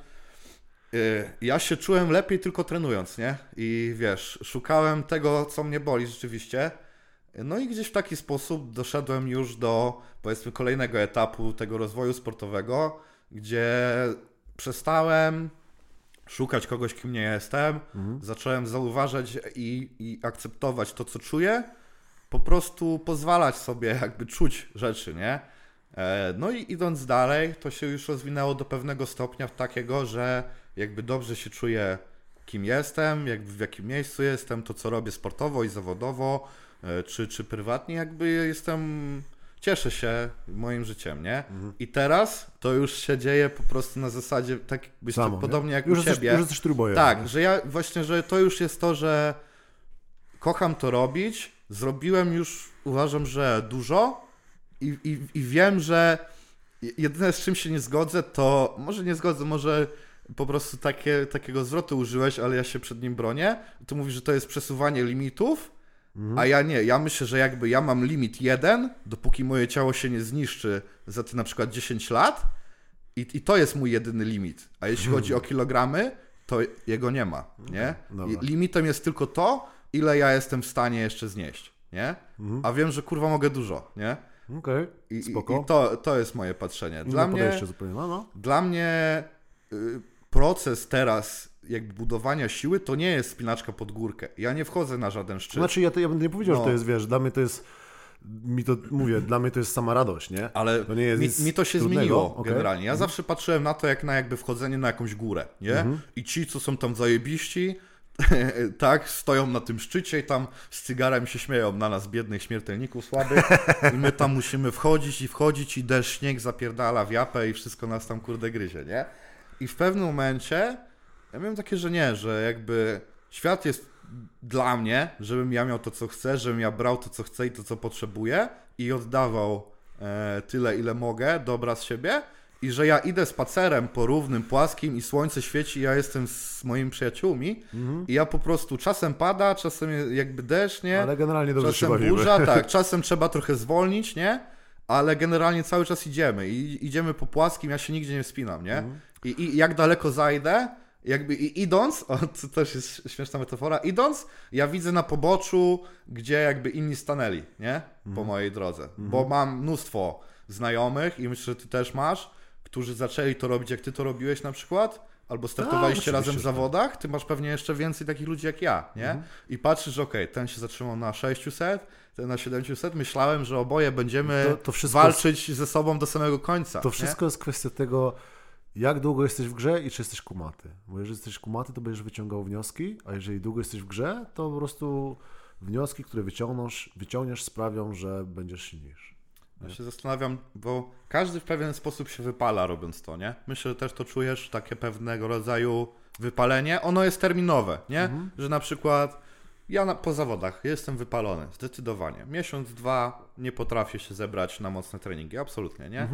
ja się czułem lepiej tylko trenując, nie? I wiesz, szukałem tego, co mnie boli rzeczywiście. No i gdzieś w taki sposób doszedłem już do, powiedzmy, kolejnego etapu tego rozwoju sportowego, gdzie przestałem szukać kogoś, kim nie jestem, zacząłem zauważać i akceptować to, co czuję, po prostu pozwalać sobie jakby czuć rzeczy, nie? No i idąc dalej, to się już rozwinęło do pewnego stopnia takiego, że jakby dobrze się czuję, kim jestem, jakby w jakim miejscu jestem, to co robię sportowo i zawodowo, czy prywatnie, jakby jestem... Cieszę się moim życiem, nie? I teraz to już się dzieje po prostu na zasadzie tak podobnie jak już u ciebie. Już jesteś turbojem. Tak, że ja właśnie, że to już jest to, że kocham to robić, zrobiłem już, uważam, że dużo i wiem, że jedyne, z czym się nie zgodzę, to może nie zgodzę, może po prostu takiego zwrotu użyłeś, ale ja się przed nim bronię. Tu mówisz, że to jest przesuwanie limitów, A ja nie, ja myślę, że jakby ja mam limit 1, dopóki moje ciało się nie zniszczy za te na przykład 10 lat i to jest mój jedyny limit. A jeśli chodzi o kilogramy, to jego nie ma, nie? Limitem jest tylko to, ile ja jestem w stanie jeszcze znieść, nie? A wiem, że kurwa mogę dużo, nie? Okej, spoko. I to jest moje patrzenie. Dla mnie proces teraz jakby budowania siły to nie jest spinaczka pod górkę. Ja nie wchodzę na żaden szczyt. Znaczy ja bym nie powiedział, że to jest, wiesz, dla mnie to jest, dla mnie to jest sama radość, nie? Ale to nie jest mi to się trudnego. zmieniło generalnie. Ja zawsze patrzyłem na to jak na jakby wchodzenie na jakąś górę, nie? I ci, co są tam zajebiści, tak, stoją na tym szczycie i tam z cygarem się śmieją na nas, biednych śmiertelników słabych i my tam musimy wchodzić i deszcz, śnieg zapierdala w japę i wszystko nas tam kurde gryzie, nie? I w pewnym momencie ja miałem takie, że nie, że jakby świat jest dla mnie, żebym ja miał to, co chcę, żebym ja brał to, co chcę i to, co potrzebuję i oddawał tyle, ile mogę, dobra z siebie i że ja idę spacerem po równym, płaskim i słońce świeci, ja jestem z moimi przyjaciółmi i ja po prostu czasem pada, czasem jakby deszcz, nie? Ale generalnie dobrze czasem się burza, tak, czasem trzeba trochę zwolnić, nie? Ale generalnie cały czas idziemy i idziemy po płaskim, ja się nigdzie nie wspinam, nie? I jak daleko zajdę, jakby idąc, to też jest śmieszna metafora, idąc, ja widzę na poboczu, gdzie jakby inni stanęli, nie? Po mojej drodze. Bo mam mnóstwo znajomych i myślę, że ty też masz, którzy zaczęli to robić, jak ty to robiłeś na przykład, albo startowaliście razem w zawodach, ty masz pewnie jeszcze więcej takich ludzi jak ja, nie? I patrzysz, że okej, ten się zatrzymał na 600, ten na 700, myślałem, że oboje będziemy walczyć ze sobą do samego końca. To wszystko jest kwestia tego, jak długo jesteś w grze i czy jesteś kumaty. Bo jeżeli jesteś kumaty, to będziesz wyciągał wnioski, a jeżeli długo jesteś w grze, to po prostu wnioski, które wyciągniesz sprawią, że będziesz silniejszy. Ja się zastanawiam, bo każdy w pewien sposób się wypala robiąc to, nie? Myślę, że też to czujesz, takie pewnego rodzaju wypalenie. Ono jest terminowe, nie? Że na przykład ja po zawodach jestem wypalony, zdecydowanie. Miesiąc, 2 nie potrafię się zebrać na mocne treningi, absolutnie, nie?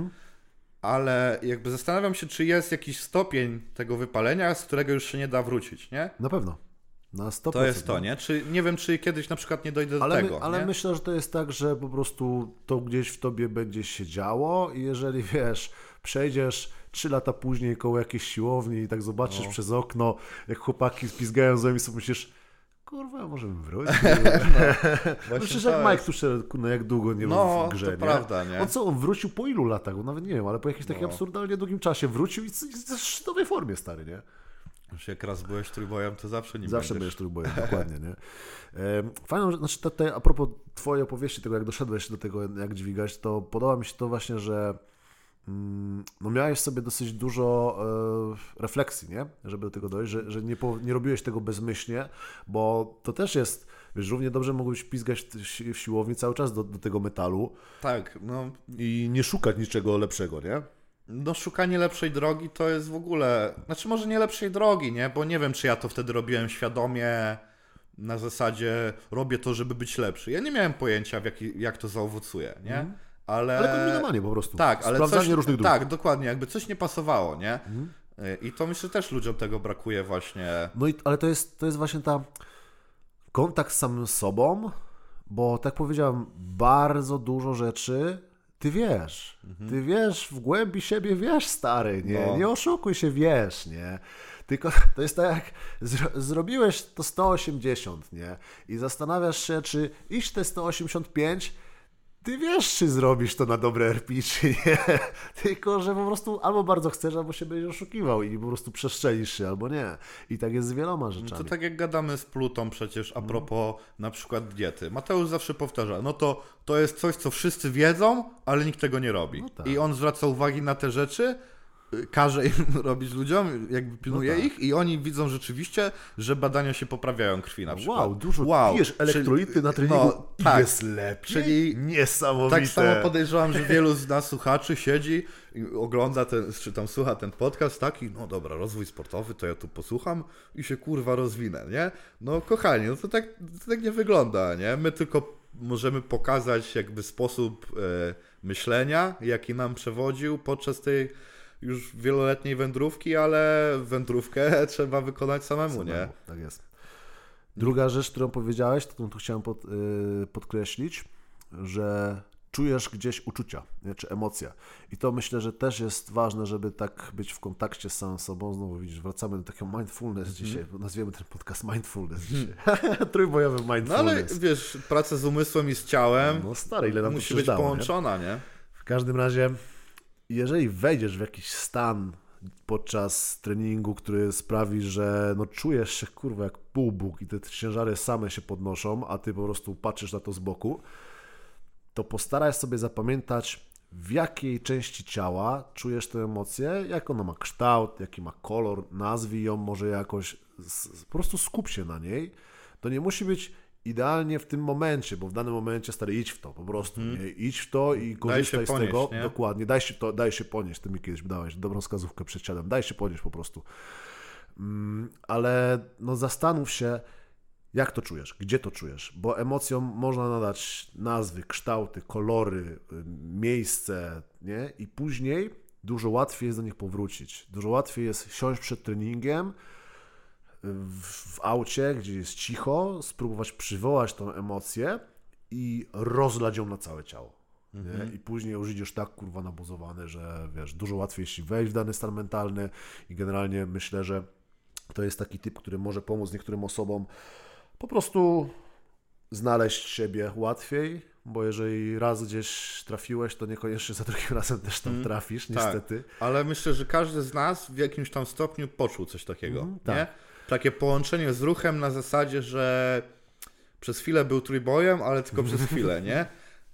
Ale jakby zastanawiam się, czy jest jakiś stopień tego wypalenia, z którego już się nie da wrócić, nie? Na pewno. Na 100%. To jest to, nie? Nie wiem, czy kiedyś na przykład nie dojdę do tego. Ale nie? myślę, że to jest tak, że po prostu to gdzieś w tobie będzie się działo i jeżeli wiesz, przejdziesz 3 lata później koło jakiejś siłowni i tak zobaczysz przez okno, jak chłopaki spizgają zęby i sobie myślisz, kurwa, może bym wrócił. Myślisz, jak Mike Tusher, jak długo nie był w grze, to nie? Prawda, nie? On wrócił po ilu latach? Nawet nie wiem, ale po jakimś takim absurdalnie długim czasie wrócił i jest w szczytowej formie, stary, nie? Już jak raz byłeś trójbojem, to zawsze nim Zawsze będziesz. będziesz trójbojem, dokładnie, nie? Fajną rzecz, znaczy tutaj a propos twojej opowieści, tego jak doszedłeś do tego, jak dźwigać, to podoba mi się to właśnie, że no miałeś sobie dosyć dużo refleksji, nie? Żeby do tego dojść, że nie robiłeś tego bezmyślnie, bo to też jest, wiesz, równie dobrze mogłeś pizgać w siłowni cały czas do tego metalu. Tak, no. I nie szukać niczego lepszego, nie? No szukanie lepszej drogi to jest w ogóle, znaczy może nie lepszej drogi, nie? Bo nie wiem, czy ja to wtedy robiłem świadomie na zasadzie robię to, żeby być lepszy. Ja nie miałem pojęcia, jak to zaowocuje, nie? Ale kombinowanie po prostu. Tak, ale sprawdzanie różnych dróg. Tak, dokładnie, jakby coś nie pasowało, nie? I to myślę, że też ludziom tego brakuje właśnie. No ale to jest właśnie ta kontakt z samym sobą, bo tak powiedziałem, bardzo dużo rzeczy ty wiesz. Ty wiesz, w głębi siebie wiesz, stary, nie? No. Nie oszukuj się, wiesz, nie? Tylko to jest tak, jak zrobiłeś to 180, nie? I zastanawiasz się, czy iść te 185, ty wiesz, czy zrobisz to na dobre RP, czy nie. Tylko, że po prostu albo bardzo chcesz, albo się będziesz oszukiwał i po prostu przestrzelisz się, albo nie. I tak jest z wieloma rzeczami. To tak jak gadamy z Plutą przecież a propos na przykład diety. Mateusz zawsze powtarza, no to jest coś, co wszyscy wiedzą, ale nikt tego nie robi. No tak. I on zwraca uwagi na te rzeczy, każe im robić ludziom, jakby pilnuje ich i oni widzą rzeczywiście, że badania się poprawiają krwi na przykład. Dużo pijesz elektrolity na treningu i jest lepiej. Czyli niesamowite. Tak samo podejrzewam, że wielu z nas słuchaczy siedzi i ogląda czy tam słucha ten podcast taki, no dobra, rozwój sportowy, to ja tu posłucham i się kurwa rozwinę, nie? No kochani, no to tak nie wygląda, nie? My tylko możemy pokazać jakby sposób myślenia, jaki nam przewodził podczas tej już wieloletniej wędrówki, ale wędrówkę trzeba wykonać samemu, nie? Tak jest. Druga rzecz, którą powiedziałeś, to chciałem podkreślić, że czujesz gdzieś uczucia, nie? Czy emocje. I to myślę, że też jest ważne, żeby tak być w kontakcie z samym sobą. Znowu widzisz, wracamy do takiego mindfulness dzisiaj, bo nazwiemy ten podcast mindfulness dzisiaj. Trójbojowy mindfulness. No ale wiesz, praca z umysłem i z ciałem no stary, ile nam musi to być dało, połączona, nie? W każdym razie, jeżeli wejdziesz w jakiś stan podczas treningu, który sprawi, że no czujesz się kurwa jak półbóg i te ciężary same się podnoszą, a ty po prostu patrzysz na to z boku, to postaraj sobie zapamiętać, w jakiej części ciała czujesz tę emocję, jak ona ma kształt, jaki ma kolor, nazwij ją może jakoś, po prostu skup się na niej. To nie musi być idealnie w tym momencie, bo w danym momencie stary idź w to, po prostu, nie? Idź w to i korzystaj z tego. Nie? Dokładnie, daj się ponieść, ty mi kiedyś dałeś dobrą wskazówkę przed siadem, daj się ponieść po prostu. Ale no zastanów się, jak to czujesz, gdzie to czujesz, bo emocjom można nadać nazwy, kształty, kolory, miejsce, nie? I później dużo łatwiej jest do nich powrócić. Dużo łatwiej jest siąść przed treningiem, w aucie, gdzie jest cicho, spróbować przywołać tą emocję i rozlać ją na całe ciało. Nie? I później już idziesz tak kurwa nabuzowany, że wiesz, dużo łatwiej się wejść w dany stan mentalny i generalnie myślę, że to jest taki typ, który może pomóc niektórym osobom po prostu znaleźć siebie łatwiej, bo jeżeli raz gdzieś trafiłeś, to niekoniecznie za drugim razem też tam trafisz, niestety. Tak, ale myślę, że każdy z nas w jakimś tam stopniu poczuł coś takiego, tak. nie? Takie połączenie z ruchem na zasadzie, że przez chwilę był trójbojem, ale tylko przez chwilę, nie?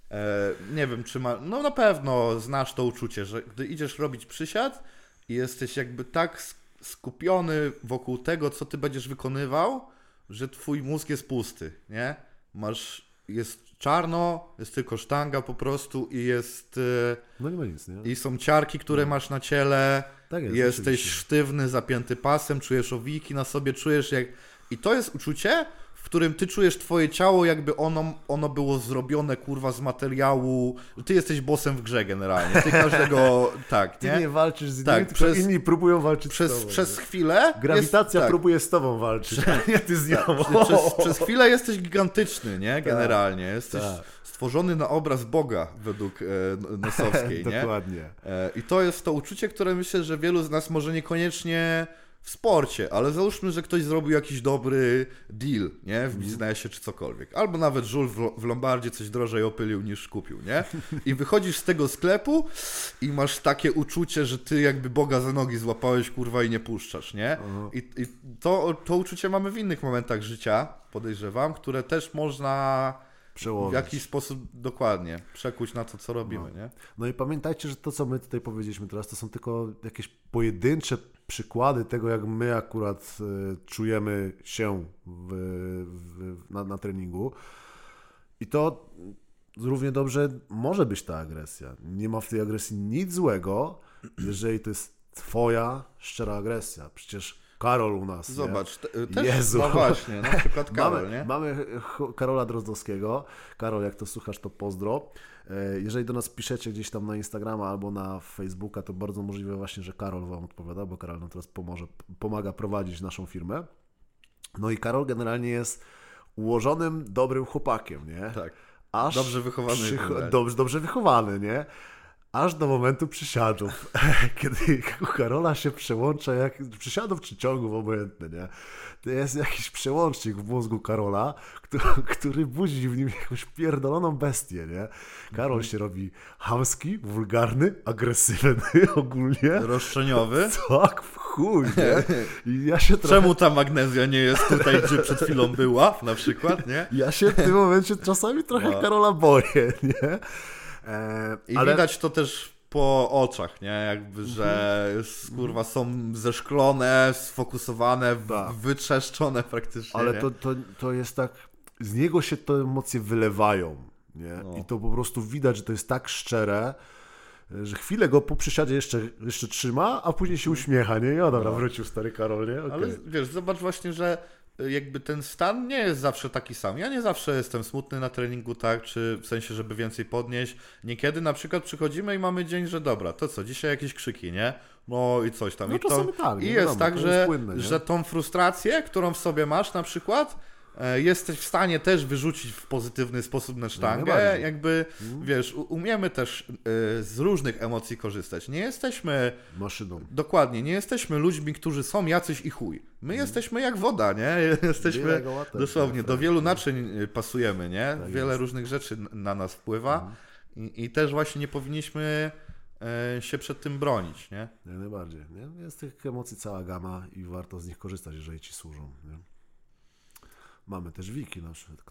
Nie wiem, czy ma... No na pewno znasz to uczucie, że gdy idziesz robić przysiad i jesteś jakby tak skupiony wokół tego, co ty będziesz wykonywał, że twój mózg jest pusty, nie? Jest czarno, jest tylko sztanga po prostu i jest... No nie ma nic, nie? I są ciarki, które masz na ciele, tak jest, jesteś oczywiście. sztywny, zapięty pasem, czujesz owiki na sobie, czujesz jak... I to jest uczucie, w którym ty czujesz twoje ciało, jakby ono było zrobione, kurwa, z materiału... Ty jesteś bossem w grze generalnie, ty każdego... Tak, nie? Ty nie walczysz z innymi, tak, tylko inni próbują walczyć z tobą. Przez chwilę... Grawitacja próbuje z tobą walczyć, nie ty z nią. Przez chwilę jesteś gigantyczny, nie? Generalnie. Jesteś stworzony na obraz Boga według Nosowskiej, nie? Dokładnie. I to jest to uczucie, które myślę, że wielu z nas może niekoniecznie w sporcie, ale załóżmy, że ktoś zrobił jakiś dobry deal, nie? W biznesie czy cokolwiek. Albo nawet żul w Lombardzie coś drożej opylił niż kupił, nie? I wychodzisz z tego sklepu i masz takie uczucie, że ty jakby Boga za nogi złapałeś, kurwa, i nie puszczasz, nie? I to uczucie mamy w innych momentach życia, podejrzewam, które też można... przełożyć. W jakiś sposób dokładnie przekuć na to, co robimy, nie? No i pamiętajcie, że to, co my tutaj powiedzieliśmy teraz, to są tylko jakieś pojedyncze przykłady tego, jak my akurat czujemy się na treningu. I to równie dobrze może być ta agresja. Nie ma w tej agresji nic złego, jeżeli to jest twoja szczera agresja. Przecież Karol u nas. Zobacz, też, Jezu. No właśnie, na przykład Karol, nie? Mamy Karola Drozdowskiego. Karol, jak to słuchasz, to pozdro. Jeżeli do nas piszecie gdzieś tam na Instagrama albo na Facebooka, to bardzo możliwe właśnie, że Karol wam odpowiada, bo Karol nam teraz pomaga prowadzić naszą firmę. No i Karol generalnie jest ułożonym, dobrym chłopakiem, nie? Tak. Aż dobrze wychowany. Dobrze wychowany, nie? Aż do momentu przysiadów, kiedy u Karola się przełącza, przysiadów czy ciągów, obojętne, nie? To jest jakiś przełącznik w mózgu Karola, który budzi w nim jakąś pierdoloną bestię, nie? Karol się robi chamski, wulgarny, agresywny ogólnie. Roszczeniowy. Tak, w chuj, nie? I ja się Czemu ta magnezja nie jest tutaj, gdzie przed chwilą była, na przykład, nie? Ja się w tym momencie czasami trochę Karola boję, nie? Ale widać to też po oczach, nie? Jakby, że kurwa są zeszklone, sfokusowane, wytrzeszczone praktycznie. Ale nie? to jest tak, z niego się te emocje wylewają, nie? No. I to po prostu widać, że to jest tak szczere, że chwilę go po przysiadzie jeszcze trzyma, a później się uśmiecha, nie? Ja dobra, wrócił stary Karol, nie? Okay. Ale wiesz, zobacz właśnie, że jakby ten stan nie jest zawsze taki sam. Ja nie zawsze jestem smutny na treningu, tak, czy w sensie, żeby więcej podnieść. Niekiedy na przykład przychodzimy i mamy dzień, że dobra, to co, dzisiaj jakieś krzyki, nie? No i coś tam. No, I jest wiadomo, tak, że płynne, że tą frustrację, którą w sobie masz na przykład, jesteś w stanie też wyrzucić w pozytywny sposób na sztangę, jakby, wiesz, umiemy też z różnych emocji korzystać. Nie jesteśmy... maszyną. Dokładnie, nie jesteśmy ludźmi, którzy są jacyś i chuj. My jesteśmy jak woda, nie? Jesteśmy dosłownie, do wielu naczyń pasujemy, nie? Tak wiele różnych rzeczy na nas wpływa i też właśnie nie powinniśmy się przed tym bronić, nie? Jak najbardziej, nie? Jest tych emocji cała gama i warto z nich korzystać, jeżeli ci służą, nie? Mamy też Wiki na przykład,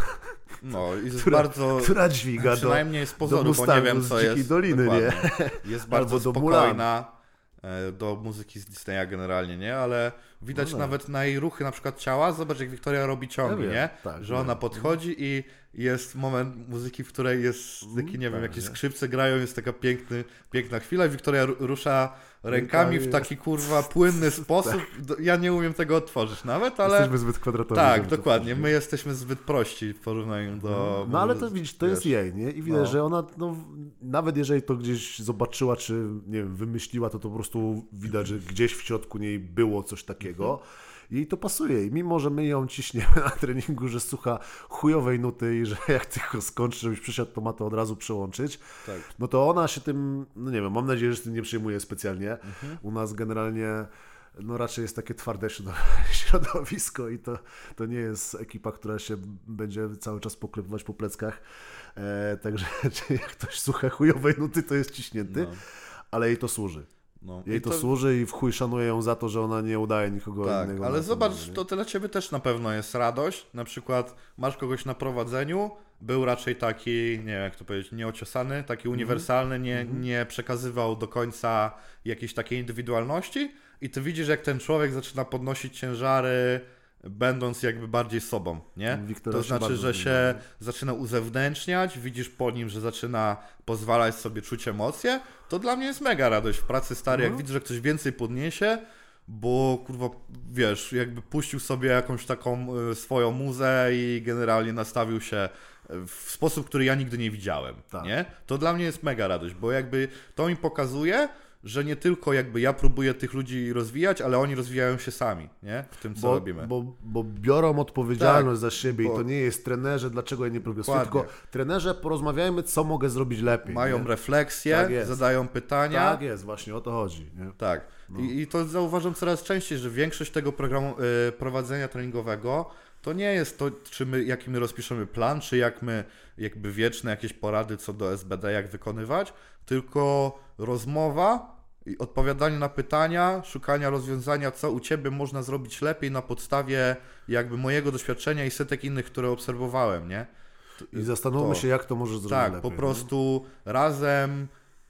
no, jest która dźwiga przynajmniej z pozoru, bo nie wiem co jest. Doliny, nie? Jest bardzo spokojna do muzyki z Disneya generalnie, nie? Ale widać nawet na jej ruchy na przykład ciała. Zobacz, jak Wiktoria robi ciągi, nie? Tak, że ona podchodzi i jest moment muzyki, w której jest taki, nie wiem, jakieś skrzypce grają, jest taka piękna chwila i Wiktoria rusza rękami w taki kurwa płynny sposób. Ja nie umiem tego otworzyć nawet, ale... Jesteśmy zbyt kwadratowi. Tak, dokładnie. My jesteśmy zbyt prości w porównaniu do... No ale to widzisz, to jest jej, nie? I widać, że ona, nawet jeżeli to gdzieś zobaczyła, czy nie wiem, wymyśliła, to po prostu widać, że gdzieś w środku niej było coś takiego. Jej to pasuje i mimo, że my ją ciśniemy na treningu, że słucha chujowej nuty i że jak tylko skończy, żebyś przysiadł, to ma to od razu przełączyć, no to ona się tym, no nie wiem, mam nadzieję, że się tym nie przejmuje specjalnie. U nas generalnie no raczej jest takie twarde środowisko i to nie jest ekipa, która się będzie cały czas poklepywać po pleckach, także jak ktoś słucha chujowej nuty, to jest ciśnięty, ale jej to służy. No. Jej to służy i w chuj szanuję ją za to, że ona nie udaje nikogo innego. Ale zobacz, to dla ciebie też na pewno jest radość. Na przykład masz kogoś na prowadzeniu, był raczej taki, nie wiem jak to powiedzieć, nieociosany, taki uniwersalny, nie przekazywał do końca jakiejś takiej indywidualności i ty widzisz, jak ten człowiek zaczyna podnosić ciężary, będąc jakby bardziej sobą, nie? To znaczy, że się zaczyna uzewnętrzniać, widzisz po nim, że zaczyna pozwalać sobie czuć emocje, to dla mnie jest mega radość w pracy stary, jak widzę, że ktoś więcej podniesie, bo kurwa, wiesz, jakby puścił sobie jakąś taką swoją muzę i generalnie nastawił się w sposób, który ja nigdy nie widziałem, nie? To dla mnie jest mega radość, bo jakby to mi pokazuje, że nie tylko jakby ja próbuję tych ludzi rozwijać, ale oni rozwijają się sami, nie? W tym, co robimy. Bo biorą odpowiedzialność za siebie i to nie jest trenerze, dlaczego ja nie progresuję, tylko trenerze, porozmawiajmy, co mogę zrobić lepiej. Mają refleksję, zadają pytania. Tak jest, właśnie o to chodzi. Nie? Tak. No. I to zauważam coraz częściej, że większość tego programu prowadzenia treningowego to nie jest to, jaki my rozpiszemy plan, czy jak my jakby wieczne jakieś porady co do SBD, jak wykonywać, tylko rozmowa i odpowiadanie na pytania, szukania rozwiązania, co u Ciebie można zrobić lepiej na podstawie jakby mojego doświadczenia i setek innych, które obserwowałem, nie? I zastanówmy się, jak to może zrobić lepiej. Tak, po prostu razem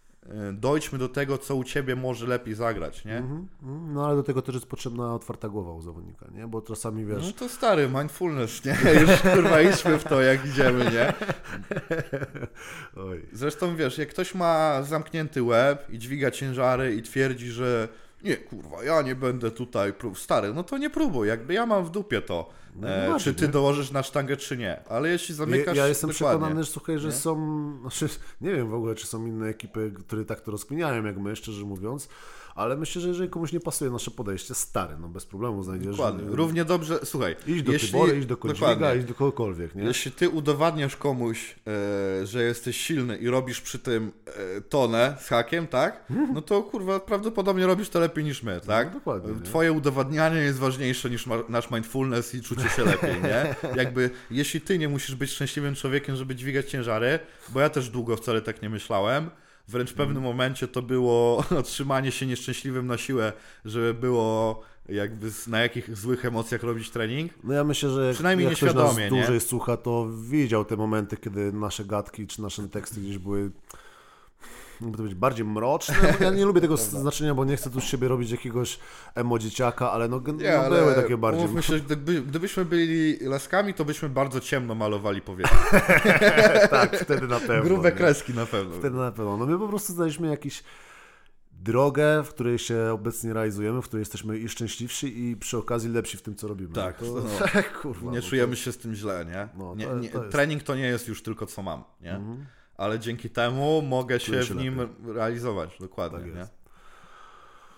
dojdźmy do tego, co u Ciebie może lepiej zagrać, nie? No ale do tego też jest potrzebna otwarta głowa u zawodnika, nie? Bo czasami wiesz... No to stary, mindfulness, nie? Już kurwa idźmy w to, jak idziemy, nie? Oj. Zresztą wiesz, jak ktoś ma zamknięty łeb i dźwiga ciężary i twierdzi, że nie, kurwa, ja nie będę tutaj stary, no to nie próbuj, jakby ja mam w dupie to, czy ty dołożysz na sztangę, czy nie, ale jeśli zamykasz... Ja jestem przekonany, że słuchaj, że są, znaczy, nie wiem w ogóle, czy są inne ekipy, które tak to rozkminiają jak my, szczerze mówiąc, ale myślę, że jeżeli komuś nie pasuje nasze podejście, stary, no bez problemu znajdziesz... Dokładnie, równie tonę, słuchaj... Idź do Tybory, idź do Kodźwiga, idź do kogokolwiek, nie? Jeśli ty udowadniasz komuś, że jesteś silny i robisz przy tym tonę z hakiem, tak? No to kurwa, prawdopodobnie robisz to lepiej niż my, tak? No, dokładnie. Twoje udowadnianie jest ważniejsze niż nasz mindfulness i czucie się lepiej, nie? Jakby, jeśli ty nie musisz być szczęśliwym człowiekiem, żeby dźwigać ciężary, bo ja też długo wcale tak nie myślałem, wręcz w pewnym momencie to było trzymanie się nieszczęśliwym na siłę, żeby było jakby na jakich złych emocjach robić trening. No ja myślę, że przynajmniej jak ktoś nas dłużej nie? słucha, to widział te momenty, kiedy nasze gadki czy nasze teksty gdzieś były, jakby to być, bardziej mroczne. No, ja nie lubię tego znaczenia, bo nie chcę tu z siebie robić jakiegoś emo-dzieciaka, ale były takie bardziej. Myślę, że gdybyśmy byli laskami, to byśmy bardzo ciemno malowali powietrze. Tak, wtedy na pewno. Grube kreski na pewno. Wtedy na pewno. No my po prostu znaleźliśmy jakiś drogę, w której się obecnie realizujemy, w której jesteśmy i szczęśliwsi i przy okazji lepsi w tym, co robimy. Tak, kurwa, nie czujemy się z tym źle, nie? Trening to nie jest już tylko co mam, nie? Ale dzięki temu mogę się w nim realizować, dokładnie, tak nie?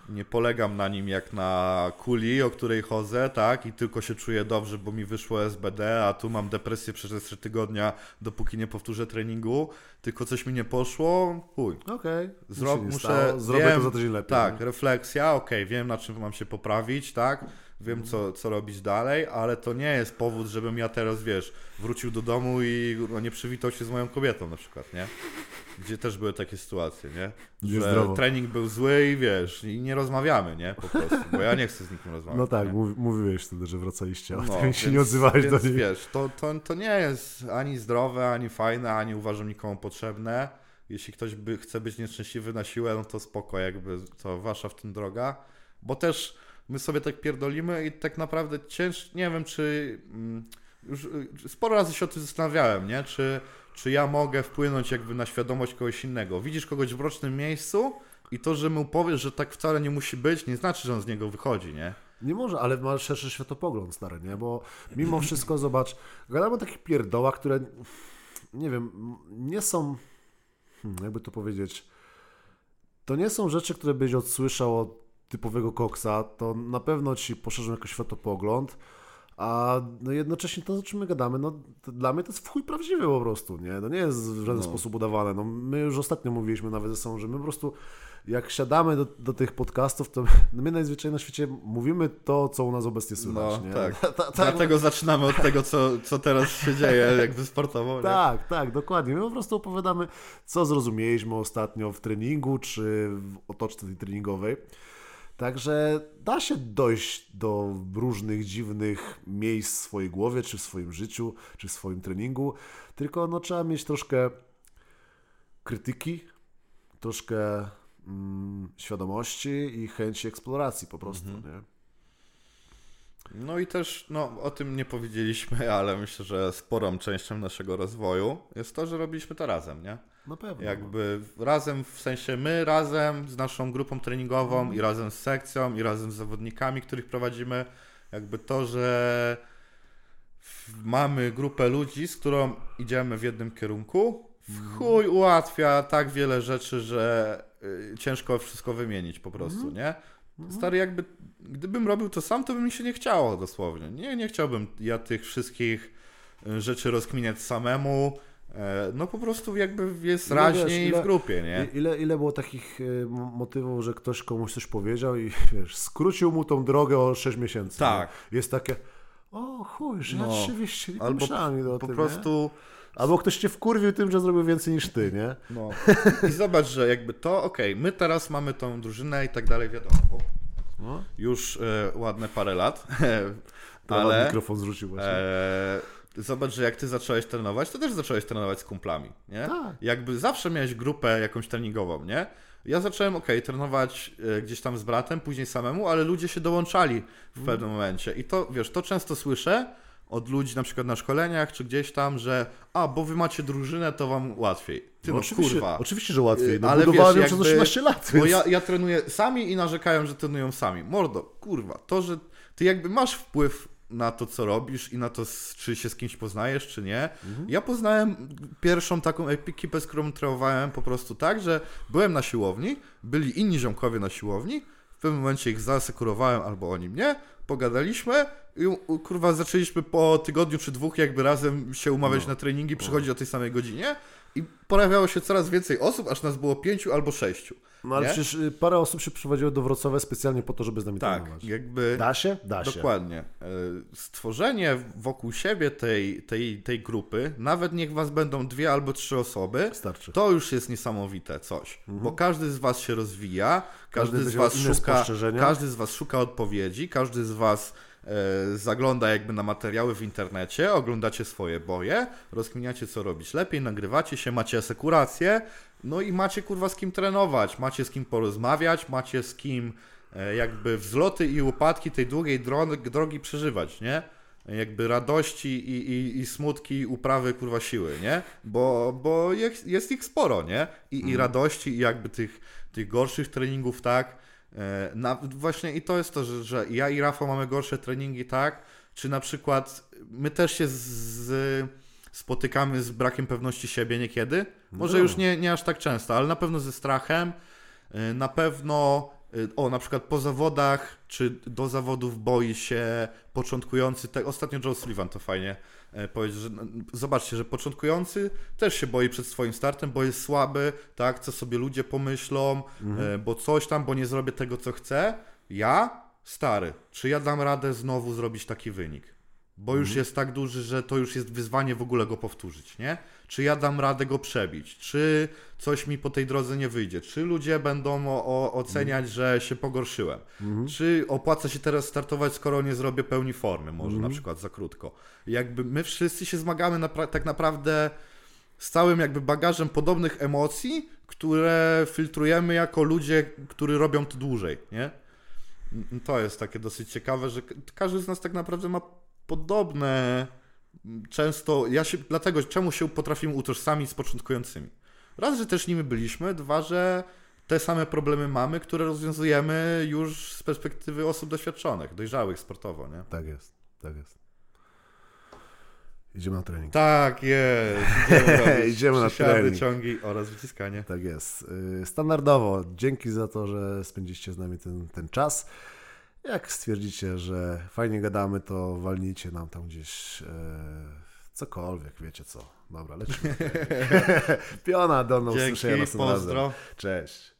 nie polegam na nim jak na kuli, o której chodzę, tak, i tylko się czuję dobrze, bo mi wyszło SBD, a tu mam depresję przez 3 tygodnia, dopóki nie powtórzę treningu, tylko coś mi nie poszło, chuj. Okej, muszę zrobię to za tydzień lepiej. Tak, refleksja, wiem na czym mam się poprawić, tak, wiem co robić dalej, ale to nie jest powód, żebym ja teraz, wrócił do domu i nie przywitał się z moją kobietą na przykład, nie? Gdzie też były takie sytuacje, nie? Że trening był zły i i nie rozmawiamy, nie? Po prostu, bo ja nie chcę z nikim rozmawiać. No tak, mówiłeś wtedy, że wracaliście, a się nie odzywałeś do niej. To nie jest ani zdrowe, ani fajne, ani uważam nikomu potrzebne. Jeśli ktoś chce być nieszczęśliwy na siłę, no to spoko, jakby to wasza w tym droga, bo też my sobie tak pierdolimy i tak naprawdę nie wiem, czy już sporo razy się o tym zastanawiałem, nie? Czy ja mogę wpłynąć jakby na świadomość kogoś innego. Widzisz kogoś w rocznym miejscu i to, że mu powiesz, że tak wcale nie musi być, nie znaczy, że on z niego wychodzi, nie? Nie może, ale ma szerszy światopogląd, stary, nie? Bo mimo wszystko, zobacz, gadamy o takich pierdołach, które, nie wiem, nie są, jakby to powiedzieć, to nie są rzeczy, które byś odsłyszał od typowego koksa, to na pewno ci poszerzą jakoś światopogląd, a no jednocześnie to, o czym my gadamy, no dla mnie to jest w chuj prawdziwe po prostu, nie? To nie jest w żaden sposób udawane. No, my już ostatnio mówiliśmy nawet ze sobą, że my po prostu jak siadamy do tych podcastów, to my najzwyczajniej na świecie mówimy to, co u nas obecnie słychać, nie? Tak. Dlatego zaczynamy od tego, co teraz się dzieje jakby sportowo, nie? Tak, dokładnie. My po prostu opowiadamy, co zrozumieliśmy ostatnio w treningu, czy w otoczce tej treningowej. Także da się dojść do różnych dziwnych miejsc w swojej głowie, czy w swoim życiu, czy w swoim treningu, tylko no, trzeba mieć troszkę krytyki, troszkę świadomości i chęci eksploracji po prostu, nie? No i też, o tym nie powiedzieliśmy, ale myślę, że sporą częścią naszego rozwoju jest to, że robiliśmy to razem, nie? Na pewno. Jakby razem, w sensie my razem z naszą grupą treningową i razem z sekcją i razem z zawodnikami, których prowadzimy, jakby to, że mamy grupę ludzi, z którą idziemy w jednym kierunku, w chuj ułatwia tak wiele rzeczy, że ciężko wszystko wymienić po prostu, nie? Stary, jakby gdybym robił to sam, to by mi się nie chciało dosłownie. Nie chciałbym ja tych wszystkich rzeczy rozkminiać samemu. No po prostu jakby jest raźniej w grupie, nie? Ile było takich motywów, że ktoś komuś coś powiedział i skrócił mu tą drogę o 6 miesięcy. Tak. Nie? Jest takie, o chuj, że ja rzeczywiście nie pomyślałem o tym, po prostu... Albo ktoś cię wkurwił tym, że zrobił więcej niż ty, nie? No. I zobacz, że jakby to, my teraz mamy tą drużynę i tak dalej, wiadomo. Już ładne parę lat, ale... mikrofon zrzucił właśnie. Zobacz, że jak ty zacząłeś trenować, to też zacząłeś trenować z kumplami, nie? Tak. Jakby zawsze miałeś grupę jakąś treningową, nie? Ja zacząłem, trenować gdzieś tam z bratem, później samemu, ale ludzie się dołączali w pewnym momencie. I to, to często słyszę od ludzi na przykład na szkoleniach, czy gdzieś tam, że bo wy macie drużynę, to wam łatwiej. Ty kurwa. Oczywiście, że łatwiej. No, ale budowałem ją przez 18 lat. Bo ja trenuję sami i narzekają, że trenują sami. Mordo, kurwa, to, że ty jakby masz wpływ na to, co robisz i na to, czy się z kimś poznajesz, czy nie. Ja poznałem pierwszą taką ekipę, z którą trenowałem po prostu tak, że byłem na siłowni, byli inni ziomkowie na siłowni, w pewnym momencie ich zaasekurowałem albo oni mnie, pogadaliśmy i kurwa zaczęliśmy po tygodniu czy 2 jakby razem się umawiać na treningi, przychodzić o tej samej godzinie i pojawiało się coraz więcej osób, aż nas było 5 albo 6. No ale przecież parę osób się przyprowadziło do Wrocławia specjalnie po to, żeby z nami trenować. Tak, jakby... Da się? Da się. Dokładnie. Stworzenie wokół siebie tej grupy, nawet niech was będą 2 albo 3 osoby, starczy. To już jest niesamowite coś, bo każdy z was się rozwija, każdy z was szuka odpowiedzi, każdy z was zagląda jakby na materiały w internecie, oglądacie swoje boje, rozkminiacie co robić lepiej, nagrywacie się, macie asekurację, no i macie kurwa z kim trenować, macie z kim porozmawiać, macie z kim jakby wzloty i upadki tej długiej drogi przeżywać, nie? Jakby radości i smutki, uprawy kurwa siły, nie? Bo jest ich sporo, nie? I radości i jakby tych gorszych treningów, tak? Właśnie i to jest to, że ja i Rafał mamy gorsze treningi, tak? Czy na przykład my też się spotykamy z brakiem pewności siebie niekiedy? Może już nie aż tak często, ale na pewno ze strachem, na pewno na przykład po zawodach, czy do zawodów boi się początkujący, ostatnio Joe Sullivan to fajnie powiedział, że zobaczcie, że początkujący też się boi przed swoim startem, bo jest słaby, tak, co sobie ludzie pomyślą, bo coś tam, bo nie zrobię tego, co chcę. Ja, stary, czy ja dam radę znowu zrobić taki wynik? Bo już jest tak duży, że to już jest wyzwanie w ogóle go powtórzyć, nie? Czy ja dam radę go przebić? Czy coś mi po tej drodze nie wyjdzie? Czy ludzie będą oceniać, że się pogorszyłem? Czy opłaca się teraz startować, skoro nie zrobię pełni formy? Może na przykład za krótko. Jakby my wszyscy się zmagamy tak naprawdę z całym jakby bagażem podobnych emocji, które filtrujemy jako ludzie, którzy robią to dłużej, nie? To jest takie dosyć ciekawe, że każdy z nas tak naprawdę ma podobne, często, dlatego czemu się potrafimy utożsamić z początkującymi. Raz, że też nimi byliśmy, dwa, że te same problemy mamy, które rozwiązujemy już z perspektywy osób doświadczonych, dojrzałych sportowo, nie? Tak jest, tak jest. Idziemy na trening. Tak jest. Idziemy na trening. Ciągi oraz wyciskanie. Tak jest. Standardowo, dzięki za to, że spędziliście z nami ten czas. Jak stwierdzicie, że fajnie gadamy, to walnijcie nam tam gdzieś cokolwiek, wiecie co. Dobra, lecimy. Piona, do usłyszenia następnym razem. Pozdro. Cześć.